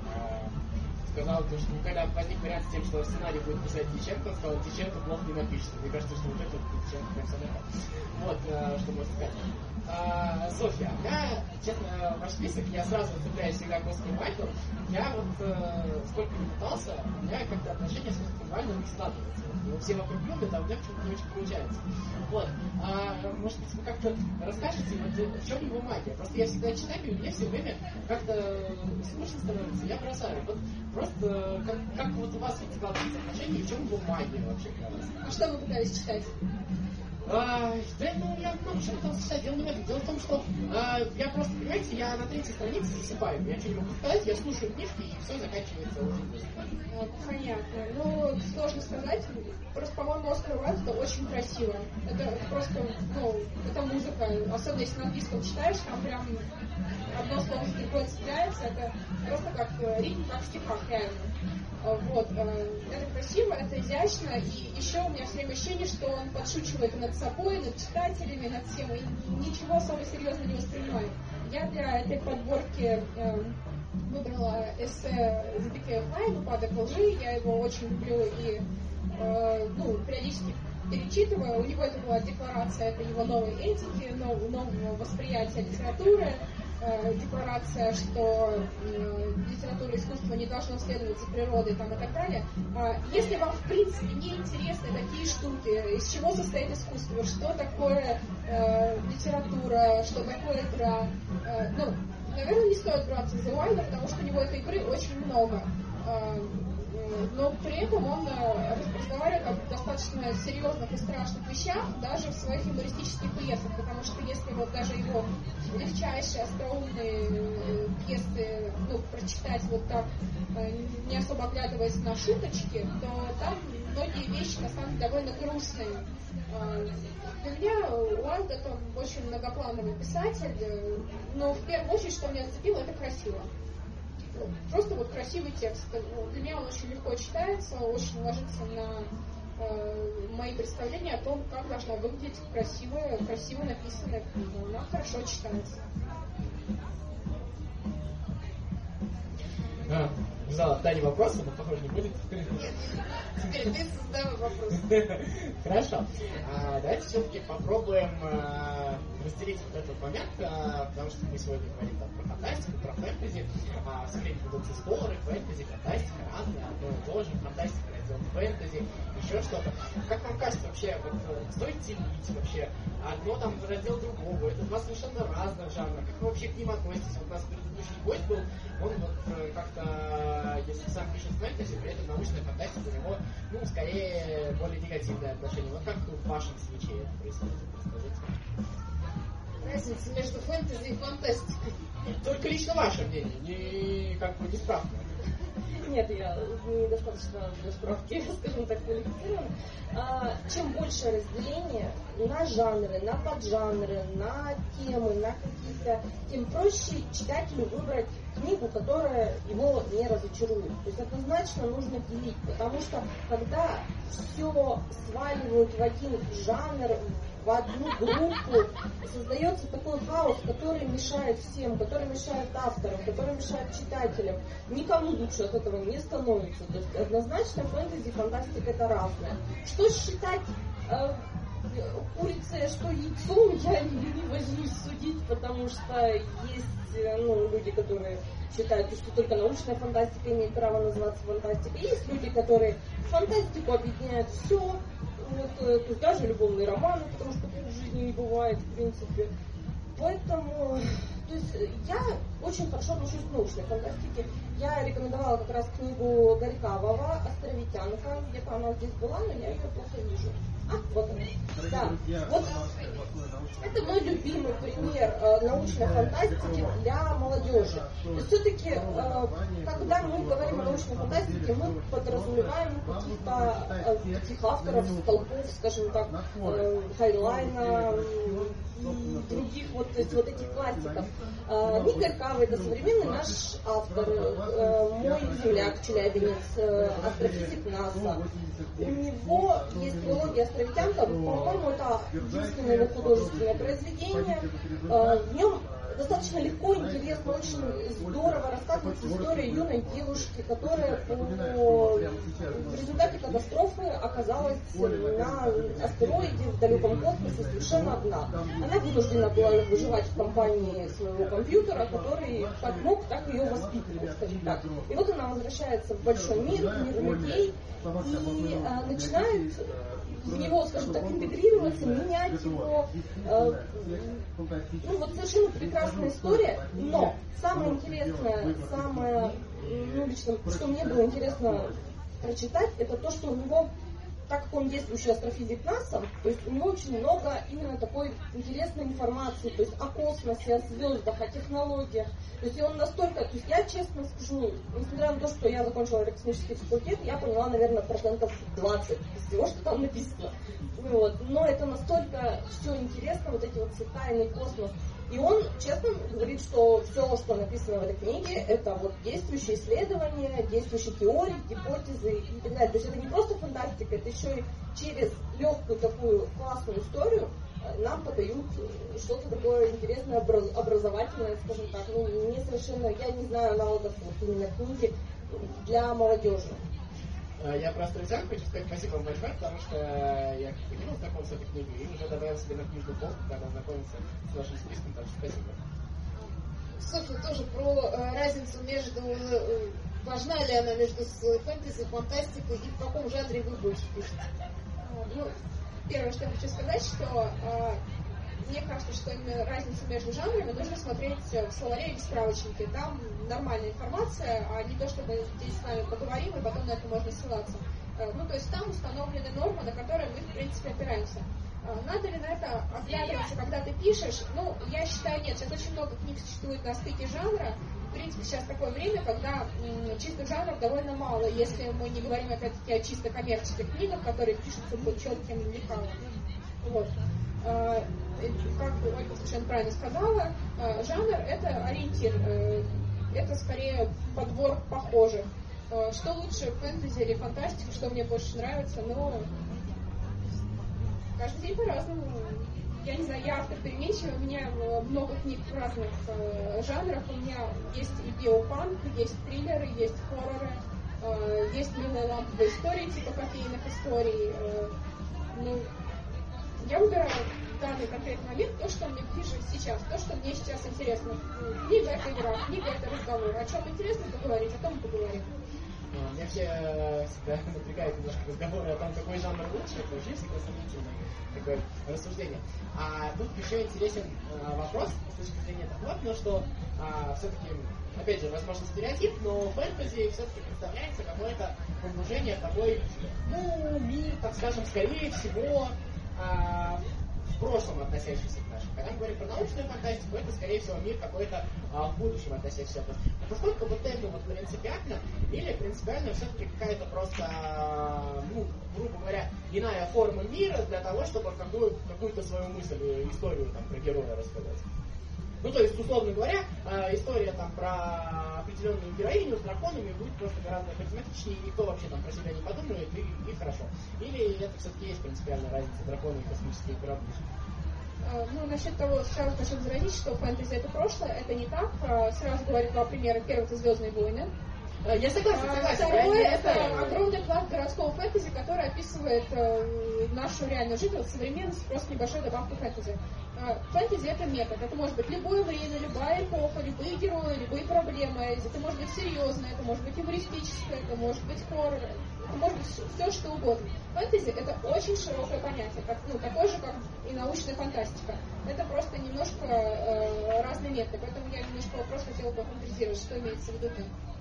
Speaker 1: сказал, что когда возник вариант с тем, что сценарий будет писать Дьяченко, он сказал, Дьяченко плохо не напишется. Мне кажется, что вот это Дьяченко прям самое. Вот, что можно сказать. А, Софья, у меня, честно, ваш список, я сразу цепляюсь всегда к Оскару Уайльду. Я вот, э, сколько не пытался, у меня как-то отношение с Оскаром Уайльдом не складывается. Его все вокруг любят, а у меня почему-то не очень получается. Вот. А, может быть, вы как-то расскажете, вот, в чем его магия? Просто я всегда читаю, и мне все время как-то скучно становится, я бросаю. Вот просто как, как вот у вас вот складываются отношения, и в чем его магия вообще для вас?
Speaker 3: А что вы пытались читать?
Speaker 1: А, да, ну, я много чего там читать. Дело не в этом. Дело в том, что а, я просто, понимаете, я на третьей странице засыпаю. Я ничего не могу сказать, я слушаю книжки, и все заканчивается очень быстро.
Speaker 3: Понятно. Ну, сложно сказать. Просто, по-моему, Оскар Уайльд это очень красиво. Это просто, ну, это музыка. Особенно если на английском читаешь, там прям одно слово с другой цепляется. Это просто как ритм, как в стихах, реально. Вот. Это красиво, это изящно. И еще у меня все время ощущение, что он подшучивает над собой, над читателями, над всем. И ничего особо серьезно не воспринимаю. Я для этой подборки э, выбрала эссе Зебекея Флайн «Упадок лжи». Я его очень люблю и э, ну, периодически перечитываю. У него это была декларация, это его новой этики, нового, нового восприятия литературы. Декларация, что э, литература и искусство не должно следовать за природой там, и так далее. А, если вам, в принципе, не интересны такие штуки, из чего состоит искусство, что такое э, литература, что такое игра, э, ну, наверное, не стоит браться за Уайльда, потому что у него этой игры очень много. но при этом он разговаривает о достаточно серьезных и страшных вещах даже в своих юмористических пьесах, потому что если вот даже его легчайшие, остроумные пьесы ну, прочитать вот так, не особо оглядываясь на шуточки, то там многие вещи на самом деле довольно грустные. Для меня Уайлд это очень многоплановый писатель, но в первую очередь, что меня зацепило, это красиво. Просто вот красивый текст. Для меня он очень легко читается, очень ложится на э, мои представления о том, как должна выглядеть красивая, красиво написанная книга. Она хорошо читается.
Speaker 1: А, ждала от Тани вопросы, но, похоже, не будет.
Speaker 2: Нет, теперь ты задавай вопрос.
Speaker 1: Хорошо. А, давайте все-таки попробуем а, разделить вот этот момент, а, потому что мы сегодня говорим там, про фантастику, про фэнтези. А, все время ведутся споры, фэнтези, фантастика, разные, одно и то же. Фантастика, раздел фэнтези, еще что-то. Как вам кажется вообще, вот, стоит делить вообще одно там раздел другого? Это два совершенно разных жанра. Как вы вообще к ним относитесь? Вот у нас предыдущий гость был, он вот как-то, если сам пишет фэнтези, при этом научная фантастика у него, ну, скорее, более негативное отношение. Вот как в вашем случае это происходит? Расскажите.
Speaker 2: Разница между фэнтези и фантастикой.
Speaker 1: Только лично ваше мнение, не как бы не справка.
Speaker 4: Нет, я недостаточно для справки, скажем так, квалифицирована. А, чем больше разделения на жанры, на поджанры, на темы, на какие-то, тем проще читателю выбрать книгу, которая его не разочарует. То есть однозначно нужно делить, потому что когда все сваливают в один жанр, в одну группу, создается такой хаос, который мешает всем, который мешает авторам, который мешает читателям. Никому лучше от этого не становится. То есть однозначно фэнтези и фантастика это разное. Что считать э, курицей, что яйцом, я не, не возьмусь судить, потому что есть ну, люди, которые считают, что только научная фантастика имеет право называться фантастикой. Есть люди, которые фантастику объединяют все, вот, то есть даже любовные романы, потому что так в жизни не бывает, в принципе. Поэтому, то есть я очень хорошо отношусь к научной фантастике. Я рекомендовала как раз книгу Горькавого «Островитянка». Где-то она здесь была, но я ее плохо вижу. А, вот она. Да. Вот это мой любимый пример э, научной фантастики для молодежи. То есть все-таки, э, когда мы говорим о научной фантастике, мы подразумеваем каких-то э, таких авторов, столпов, скажем так, э, Хайнлайна и других вот, то есть, вот этих классиков. Э, Ник Горькавый — это современный наш автор, э, мой земляк, челябинец, э, астрофизик НАСА. У него есть трилогия «Островитянка», по-моему, это единственное его художественное произведение. В нем достаточно легко, интересно, очень здорово рассказывается история юной девушки, которая по... в результате катастрофы оказалась на астероиде в далеком космосе совершенно одна. Она вынуждена была выживать в компании своего компьютера, который как мог, так ее воспитывал, скажем так. И вот она возвращается в большой мир, в мир людей, и а, начинает в него, скажем так, интегрироваться, менять его. Э, ну вот совершенно прекрасная история, но самое интересное, самое, ну лично, что мне было интересно прочитать, это то, что у него, так как он действующий астрофизик НАСА, то есть у него очень много именно такой интересной информации, то есть о космосе, о звездах, о технологиях. То есть и он настолько, то есть я честно скажу, несмотря на то, что я закончила аэрокосмический факультет, я поняла, наверное, процентов двадцать из всего, что там написано. Вот. Но это настолько все интересно, вот эти вот все тайны, космос. И он честно говорит, что все, что написано в этой книге, это вот действующие исследования, действующие теории, гипотезы и так далее. То есть это не просто фантастика, это еще и через легкую такую классную историю нам подают что-то такое интересное, образовательное, скажем так. Ну, мне совершенно, я не знаю аналогов вот именно книги для молодежи.
Speaker 1: Я просто друзьям хочу сказать спасибо вам большое, потому что я как бы не был знаком с этой книгой и уже добавил себе на книжную полку, когда знакомился с вашим списком, так что спасибо.
Speaker 2: Софья, тоже про э, разницу между, э, важна ли она между фэнтези, фантастикой и в каком жанре вы больше пишете?
Speaker 3: Ну, первое, что я хочу сказать, что э, мне кажется, что именно разницу между жанрами нужно смотреть в словаре или в справочнике. Там нормальная информация, а не то, чтобы здесь с вами поговорим, и потом на это можно ссылаться. Ну, то есть там установлены нормы, на которые мы, в принципе, опираемся. Надо ли на это оглядываться, когда ты пишешь? Ну, я считаю, нет. Сейчас очень много книг существует на стыке жанра. В принципе, сейчас такое время, когда м, чистых жанров довольно мало, если мы не говорим, опять-таки, о чисто коммерческих книгах, которые пишутся по четким лекалам. Вот. А, как Ольга совершенно правильно сказала, а, жанр — это ориентир. А, это скорее подбор похожих. А, что лучше, фэнтези или фантастика, что мне больше нравится, но каждый день по-разному. Я не знаю, я автор переменчивый, у меня много книг в разных э, жанрах. У меня есть и биопанк, есть триллеры, есть хорроры, э, есть милые ламповые истории, типа кофейных историй. Э, ну, я выбираю в данный конкретный момент то, что мне ближе сейчас, то, что мне сейчас интересно. Книга — это игра, книга — это разговор. О чем интересно поговорить, о том и поговорим.
Speaker 1: Меня все всегда напрягают немножко разговоры о том, какой жанр лучше, это вообще всегда сомнительное такое рассуждение. А тут еще интересен а, вопрос с точки зрения того, но что а, все-таки, опять же, возможно, стереотип, но фэнтези все-таки представляется какое-то погружение в такой, ну, мир, так скажем, скорее всего, а, в прошлом относящийся к нашему. Когда мы говорим про научную фантастику, это, скорее всего, мир какой-то а, в будущем относящийся. Насколько вот это вот принципиально, или принципиально все-таки какая-то просто, ну, грубо говоря, иная форма мира для того, чтобы какую, какую-то свою мысль, историю там про героя рассказать. Ну, то есть, условно говоря, история там про определенную героиню с драконами будет просто гораздо харизматичнее, и никто вообще там про себя не подумает, и, и хорошо. Или это все-таки есть принципиальная разница драконы и космические корабли?
Speaker 3: Ну, насчет того, сразу хочу возразить, что фэнтези — это прошлое, это не так. Сразу говорю два примера. Первый — это «Звездные войны».
Speaker 1: Я согласен, согласен.
Speaker 3: Второе — это огромный пласт городского фэнтези, который описывает э, нашу реальную жизнь, вот, современность, просто небольшой добавкой фэнтези. Э, фэнтези — это метод. Это может быть любое время, любая эпоха, любые герои, любые проблемы. Это может быть серьезно, это может быть юмористическое, это может быть хоррор, это может быть все, что угодно. Фэнтези — это очень широкое понятие, как, ну, такое же, как и научная фантастика. Это просто немножко э, разные методы, поэтому я немножко вопрос хотела бы конкретизировать, что имеется в виду.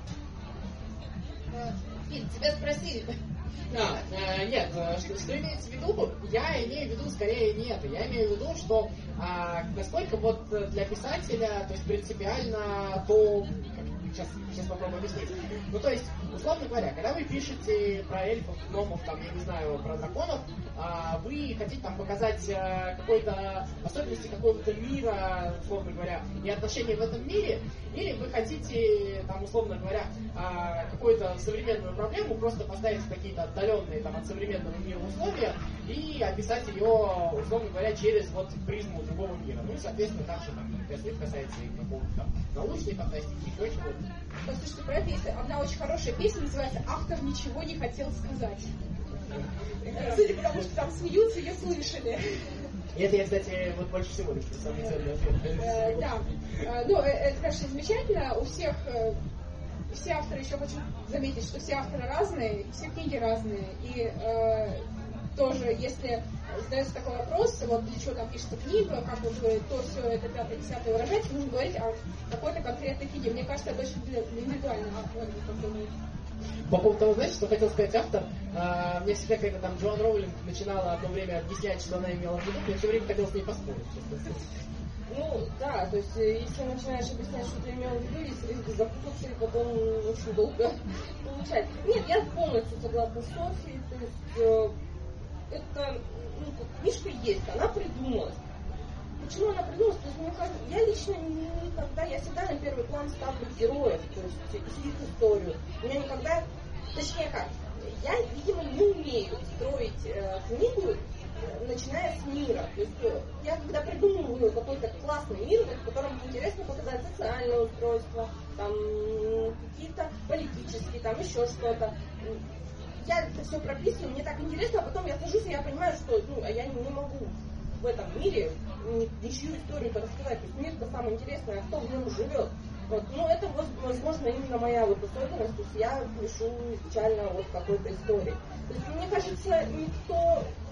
Speaker 2: Вин, тебя спросили.
Speaker 1: А, э, нет, что, что имеется в виду? Я имею в виду скорее не это. Я имею в виду, что а, насколько вот для писателя, то есть принципиально, то сейчас, сейчас попробую объяснить. Ну, то есть, условно говоря, когда вы пишете про эльфов, гномов, там, я не знаю, про драконов, а, вы хотите там показать а, какой-то особенности какого-то мира, условно говоря, и отношения в этом мире, или вы хотите, там, условно говоря, а, какую-то современную проблему просто поставить в какие-то отдаленные там, от современного мира условия и описать ее, условно говоря, через вот призму другого мира. Ну и, соответственно, так же, там, если касается и какого-то там научной фантастики, еще чего-то.
Speaker 3: Послушайте, про это есть одна очень хорошая песня, называется «Автор ничего не хотел сказать». Судя по тому, что там смеются, ее слышали.
Speaker 1: И это я, кстати, вот больше всего люблю, самый ценный ответ.
Speaker 3: Да, ну, это, конечно, замечательно. У всех, все авторы, еще хочу заметить, что все авторы разные, все книги разные. И тоже, если задается такой вопрос, вот для чего там пишется книга, как вот вы то, все это, пятое, десятое выражаете, нужно говорить о какой-то конкретной книге. Мне кажется, это очень индивидуально.
Speaker 1: По поводу того, знаете, что хотел сказать автор, а, мне всегда, когда там Джоан Роулинг начинала одно время объяснять, что она имела в виду, я все время хотел с ней поспорить.
Speaker 4: Ну, да, то есть, если начинаешь объяснять, что ты имел в виду, есть риск запутаться и потом очень долго получать. Нет, я полностью согласна с Софией, то есть, это, ну, книжка есть, она придумалась. Почему она придумалась? То есть, мне кажется, я лично никогда, я всегда на первый план ставлю героев, то есть их историю. У меня никогда, точнее как, я, видимо, не умею строить э, книгу, э, начиная с мира. То есть э, я когда придумываю какой-то классный мир, в котором интересно показать социальное устройство, там какие-то политические, там еще что-то. Я это все прописываю, мне так интересно, а потом я сажусь и я понимаю, что ну, я не, не могу в этом мире ничью историю рассказать. То есть мир-то самое интересное, а кто в нем живет. Вот. Ну, это, возможно, именно моя вот особенность. То есть я пишу изначально вот какой-то истории. То есть, мне кажется, никто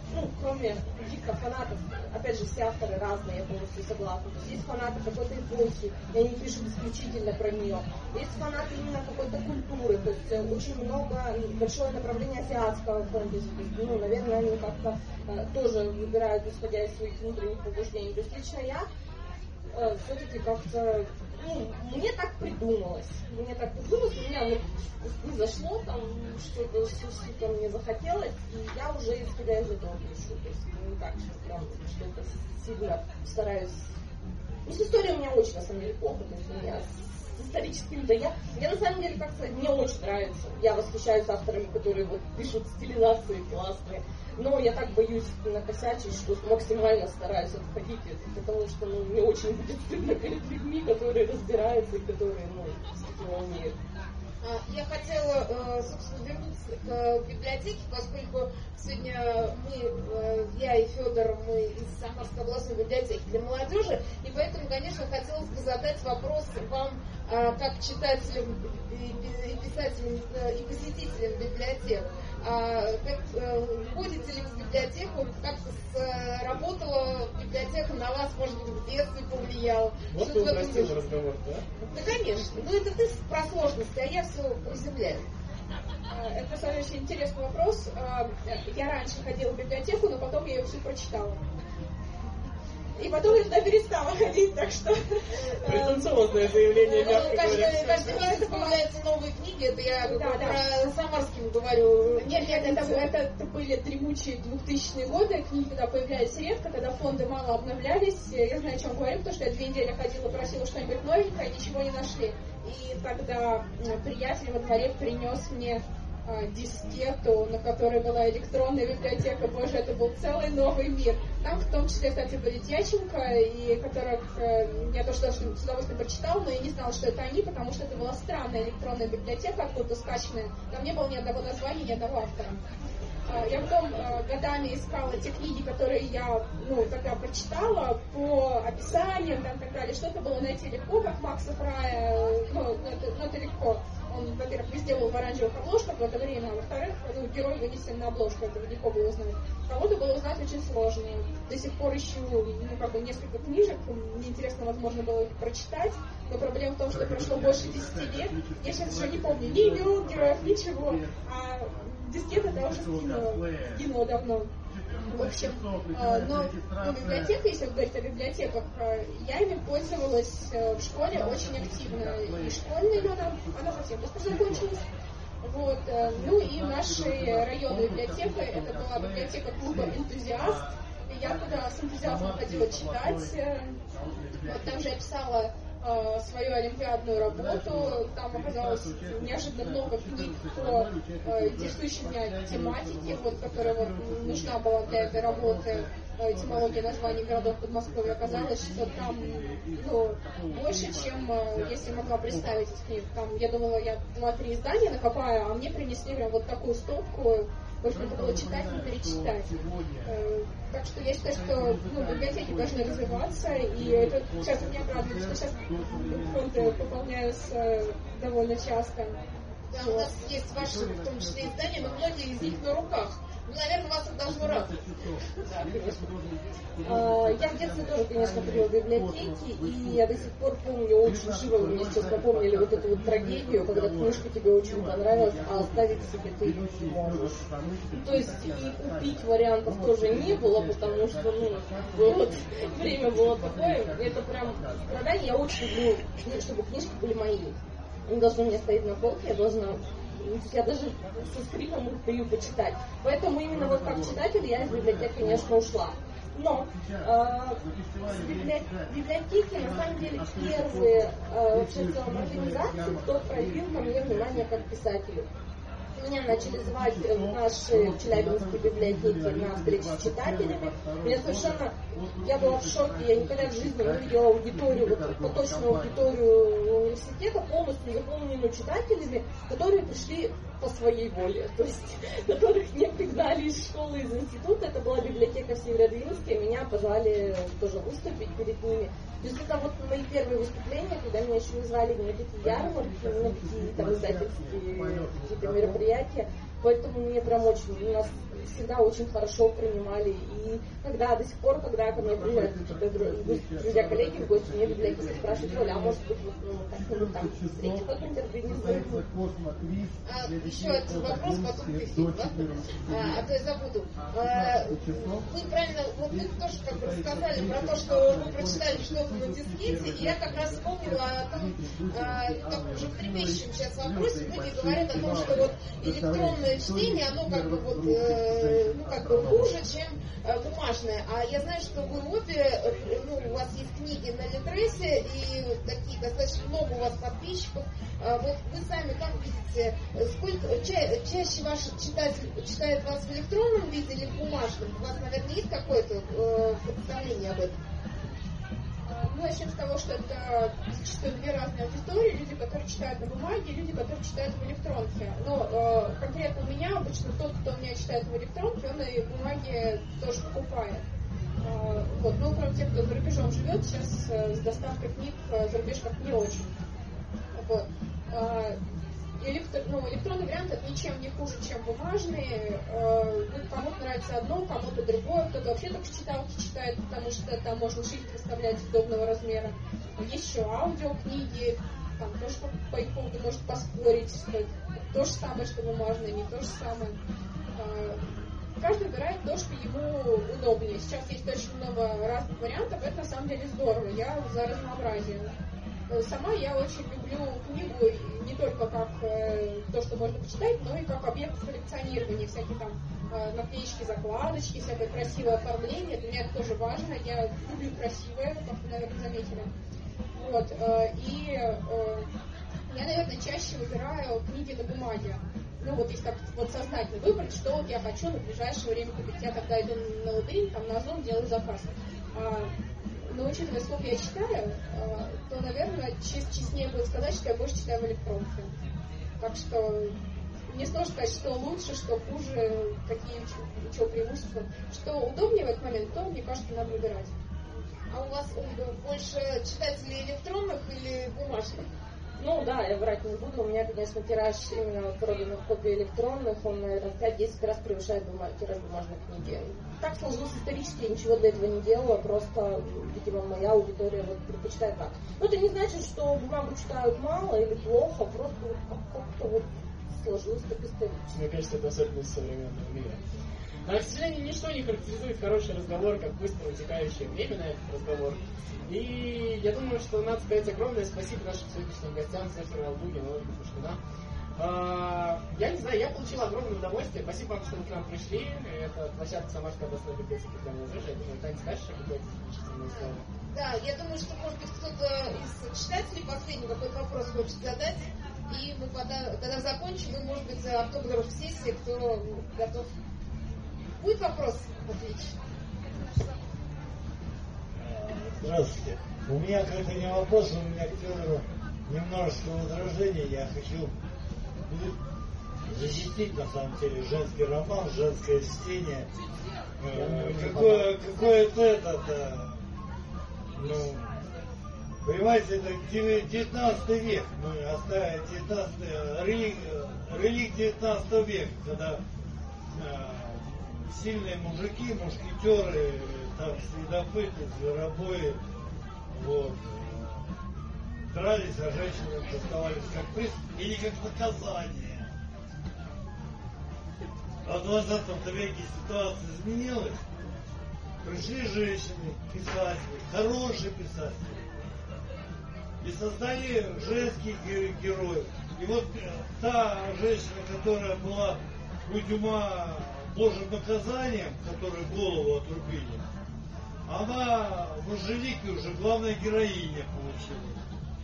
Speaker 4: ну, кроме каких-то фанатов, опять же, все авторы разные, я полностью согласна. То есть есть фанаты какой-то эпохи, и они пишут исключительно про нее. Есть фанаты именно какой-то культуры, то есть очень много, большое направление азиатского фэнтези. То есть, ну, наверное, они как-то э, тоже выбирают, исходя из своих внутренних побуждений. То есть лично я э, все-таки как-то, ну, мне так придумалось. Мне так придумалось, у меня вот не зашло там, что-то, что-то мне захотелось, и я уже исходя из этого пишу. То есть не так, что прям что-то сильно стараюсь. Ну, с историей у меня очень, на самом деле, плохо. То есть у меня с историческим, да я, я на самом деле, как сказать, мне очень нравится. Я восхищаюсь авторами, которые вот пишут стилизации классные. Но я так боюсь накосячить, что максимально стараюсь отходить, потому что ну, мне очень будет стыдно перед людьми, которые разбираются и которые, ну, действительно умеют.
Speaker 2: Я хотела, собственно, вернуться к библиотеке, поскольку сегодня мы, я и Федор, мы из Самарской областной библиотеки для молодежи, и поэтому, конечно, хотелось бы задать вопрос вам, как читателям, и писателям, и посетителям библиотек. Как, ходите ли в библиотеку, как сработала библиотека на вас, может быть, в детстве повлияла?
Speaker 1: Вот ты упростил разговор, да?
Speaker 2: Да, конечно. Ну, это ты про сложности, а я все приземляю.
Speaker 3: Это, на самом деле, очень интересный вопрос. Я раньше ходила в библиотеку, но потом я ее всю прочитала. И потом я туда перестала ходить, так что...
Speaker 1: Претенциозное заявление, мягко
Speaker 2: говоря. Каждый месяц появляются новые книги, это я да, про да. Самарским говорю.
Speaker 3: Нет, нет, это, это, это были дремучие двухтысячные годы, книги тогда появлялись редко, когда фонды мало обновлялись. Я знаю, о чем говорю, потому что я две недели ходила, просила что-нибудь новенькое, ничего не нашли. И тогда приятель во дворе принес мне дискету, на которой была электронная библиотека. Боже, это был целый новый мир. Там в том числе, кстати, были Дьяченко, и которых э, я тоже с удовольствием прочитала, но я не знала, что это они, потому что это была странная электронная библиотека, откуда-то скачанная. Там не было ни одного названия, ни одного автора. Я потом э, годами искала те книги, которые я ну, тогда прочитала, по описаниям там, и так далее. Что-то было найти легко, как Макса Фрая, ну, это, ну, это легко. Он, во-первых, везде был в оранжевых обложках в это время, а во-вторых, ну, герой вынесен на обложку, это легко было узнать. Кого-то было узнать очень сложно. До сих пор ищу, ну, как бы, несколько книжек, мне интересно, возможно, было их прочитать, но проблема в том, что прошло больше десяти лет, я сейчас уже не помню ни имен героев, ничего, а дискета я уже скинула, скинула давно. В общем, э, но, но библиотека, если говорить о библиотеках, э, я ими пользовалась э, в школе очень активно. И школьная, она, она совсем быстро закончилась. Вот, э, ну и нашей районной библиотекой, это была библиотека клуба «Энтузиаст». И я туда с энтузиазмом ходила читать. Вот, там же я писала э, свою олимпиадную работу. Там оказалось неожиданно много книг по э, интересующей меня тематике, вот, которая вот, нужна была для этой работы. Этимология названий городов Подмосковья. Оказалось, что там ну, больше, чем э, если могла представить из книг. Там, я думала, я два-три издания накопаю, а мне принесли прям вот такую стопку. В общем, это было читать и перечитать. Э, так что я считаю, что ну, библиотеки должны развиваться, и это сейчас меня радует, что сейчас фонды пополняются э, довольно часто.
Speaker 2: Да, у нас есть ваши, в том числе, издания, но многие из них на руках. Ну, наверное, вас это должно радовать.
Speaker 4: Да, конечно. Я в детстве тоже, конечно, ходила в библиотеки, и я до сих пор помню, очень живо мне сейчас напомнили вот эту вот трагедию, когда книжка тебе очень понравилась, а оставить себе ты ее не можешь. То есть и купить вариантов тоже не было, потому что, ну, вот, время было такое, это прям страдание. Я очень люблю, чтобы книжки были мои. Они должны у меня стоять на полке, я должна... Я даже со скрипом их даю почитать. Поэтому именно вот как читатель я из библиотеки, конечно, ушла. Но э, библи... библиотеки, на самом деле, первые э, вообще в целом организации, кто проявил ко мне внимание как писателю. Меня начали звать в наши Челябинские библиотеки на встречи с читателями. Меня совершенно... Я была в шоке, я никогда в жизни не видела аудиторию, вот, поточную аудиторию университета, полностью заполненную читателями, которые пришли по своей воле, то есть которых не пригнали из школы, из института. Это была библиотека в Северодвинске, меня позвали тоже выступить перед ними. То есть это вот мои первые выступления, когда меня еще не звали ни на какие ярмарки, ни на какие там издательские какие-то мероприятия. Поэтому мне прям очень, нас всегда очень хорошо принимали. И когда до сих пор, когда ко мне приходят друзья-коллеги в гости, мне библиотекари спрашивают: Оля, а может быть, вот, ну, как-нибудь там встретить какой-нибудь организуем?
Speaker 2: А, еще один вопрос, потом ты, ладно? А, а то я забуду. А, вы правильно, вот вы тоже как бы рассказали про то, что вы прочитали что-то на дискете, и я как раз вспомнила о том, а, таком уже трепещущем сейчас вопросе. Многие говорят о том, что вот электронное чтение, оно как бы вот, э, ну, как бы хуже, чем э, бумажное. А я знаю, что вы обе, ну, у вас есть книги на Литресе, и такие достаточно много у вас подписчиков. А вот вы сами как видите, сколько ча- чаще ваш читатель читает вас в электронном виде или в бумажном? У вас, наверное, есть какое-то э, представление об этом?
Speaker 3: Ну, начнем с того, что это зачастую две разные аудитории. Люди, которые читают на бумаге, и люди, которые читают в электронке. Но э, конкретно у меня обычно тот, кто у меня читает в электронке, он и в бумаге тоже покупает. Э, вот. Но кроме тех, кто за рубежом живет, сейчас э, с доставкой книг э, за рубеж как не очень. Вот. Э, электро, ну, электронный вариант это ничем не хуже, чем бумажный. Э, кому-то нравится одно, кому-то другое. Кто-то вообще только читалки читает, потому что там можно шрифт выставлять удобного размера. Есть еще аудиокниги, там тоже по, по их поводу может поспорить, что это то же самое, что бумажное, не то же самое. Э, каждый выбирает то, что ему удобнее. Сейчас есть очень много разных вариантов, это на самом деле здорово. Я за разнообразие. Сама я очень люблю книгу не только как э, то, что можно почитать, но и как объект коллекционирования, всякие там э, наклеечки, закладочки, всякое красивое оформление. Для меня это тоже важно. Я люблю красивое, как вы, наверное, заметили. Вот, э, и э, я, наверное, чаще выбираю книги на бумаге. Ну вот если как-то вот сознательно выбрать, что вот я хочу на ближайшее время купить. Я когда иду на Латынь, там на Озон делаю заказ. Но учитывая, сколько я читаю, то, наверное, честнее будет сказать, что я больше читаю в электронке. Так что не сложно сказать, что лучше, что хуже, какие чего преимущества. Что удобнее в этот момент, то, мне кажется, надо выбирать.
Speaker 2: А у вас, Ольга, больше читателей электронных или бумажных?
Speaker 4: Ну да, я врать не буду. У меня, конечно, тираж именно проданных копий электронных, он, наверное, в пять-десять раз превышает бума- тираж бумажной книги. Так сложилось исторически, я ничего для этого не делала, просто, видимо, моя аудитория вот предпочитает так. Но это не значит, что бумагу читают мало или плохо, просто вот как-то вот сложилось так исторически.
Speaker 1: Мне кажется, это особенность современного мира. Но, к сожалению, ничто не характеризует хороший разговор, как быстро утекающее время на этот разговор. И я думаю, что надо сказать огромное спасибо нашим сегодняшним гостям, Зефиру Албугину, Ольге Пушкина. А, я не знаю, я получил огромное удовольствие. Спасибо вам, что вы к нам пришли. Это площадка Самарской областной библиотеки для молодежи. Я думаю, Таня, скажешь какое-то заключительное слово?
Speaker 2: Да, я думаю, что, может быть, кто-то из читателей последний какой-то вопрос хочет задать. И мы когда, когда закончим, мы, может быть, за автограф сессии, кто готов. Будет вопрос? Отлично.
Speaker 5: Здравствуйте. У меня как-то не вопрос, у меня к Федору немножечко возражений. Я хочу защитить, на самом деле, женский роман, женское чтение. Э, какое, какое-то это, да, ну, понимаете, это девятнадцатый век. Мы оставили девятнадцатый, релик, релик девятнадцатого века, когда э, сильные мужики, мушкетеры, там, следопыты, зверобои, вот, дрались, а женщины доставались как приз или как наказание. А в двадцатом веке ситуация изменилась. Пришли женщины, писатели, хорошие писатели, и создали женских героев. И вот та женщина, которая была у Дюма Божьим наказанием, которой голову отрубили, она в Анжелике уже главная героиня получилась.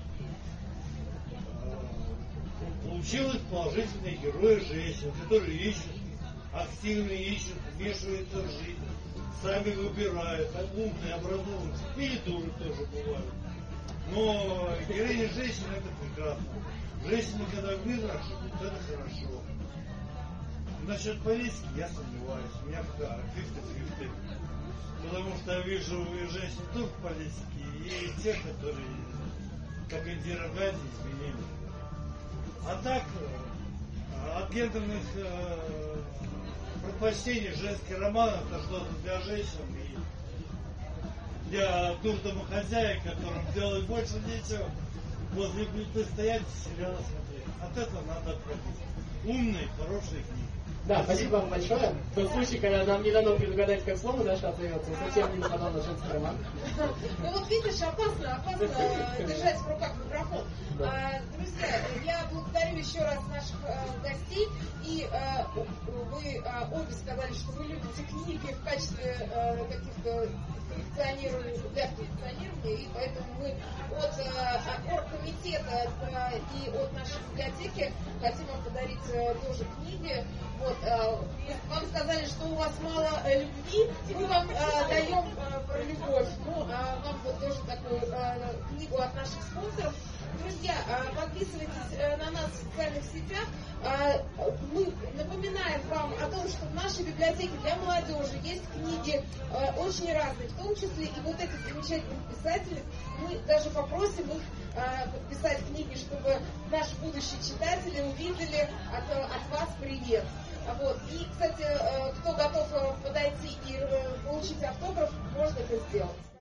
Speaker 5: Получилось положительные герои женщин, которые ищут, активно ищут, вмешиваются в жизнь, сами выбирают, умные, образованные, или дуры тоже бывают. Но героиня женщин это прекрасно. Женщины, когда в мир живут, это хорошо. Насчет политики я сомневаюсь. У меня пока фифти-фифти. Потому что я вижу и женщин тоже в политике, и тех, которые, как Индира Ганди, изменили. А так, от гендерных э, предпочтений женский роман это что-то для женщин и для дур домохозяек, которым делать больше нечего, возле плиты стоять и сериалы смотреть. От этого надо отходить. Умные, хорошие книги.
Speaker 1: Да, спасибо вам большое. В тот случай, когда нам не дано предугадать, как слово наше отзовется, совсем не нападал на женский роман.
Speaker 2: Ну вот видишь, опасно, опасно держать в руках микрофон. А, друзья, я благодарю еще раз наших а, гостей. И а, вы а, обе сказали, что вы любите книги в качестве а, каких-то коллекционирования, для коллекционирования, и поэтому мы от, от оргкомитета а, и от нашей библиотеки хотим вам подарить а, тоже книги. Вот, а, вам сказали, что у вас мало а, любви, мы вам а, даем а, про любовь. Ну, а вам вот тоже такую а, книгу от наших спонсоров. Друзья, а, подписывайтесь а, на нас в социальных сетях. А, мы напоминаем вам о том, что в нашей библиотеке для молодежи есть книги а, очень разные, в том числе и вот этих замечательных писателей. Мы даже попросим их а, подписать книги, чтобы наши будущие читатели увидели от, от вас привет. Вот. И, кстати, кто готов подойти и получить автограф, можно это сделать.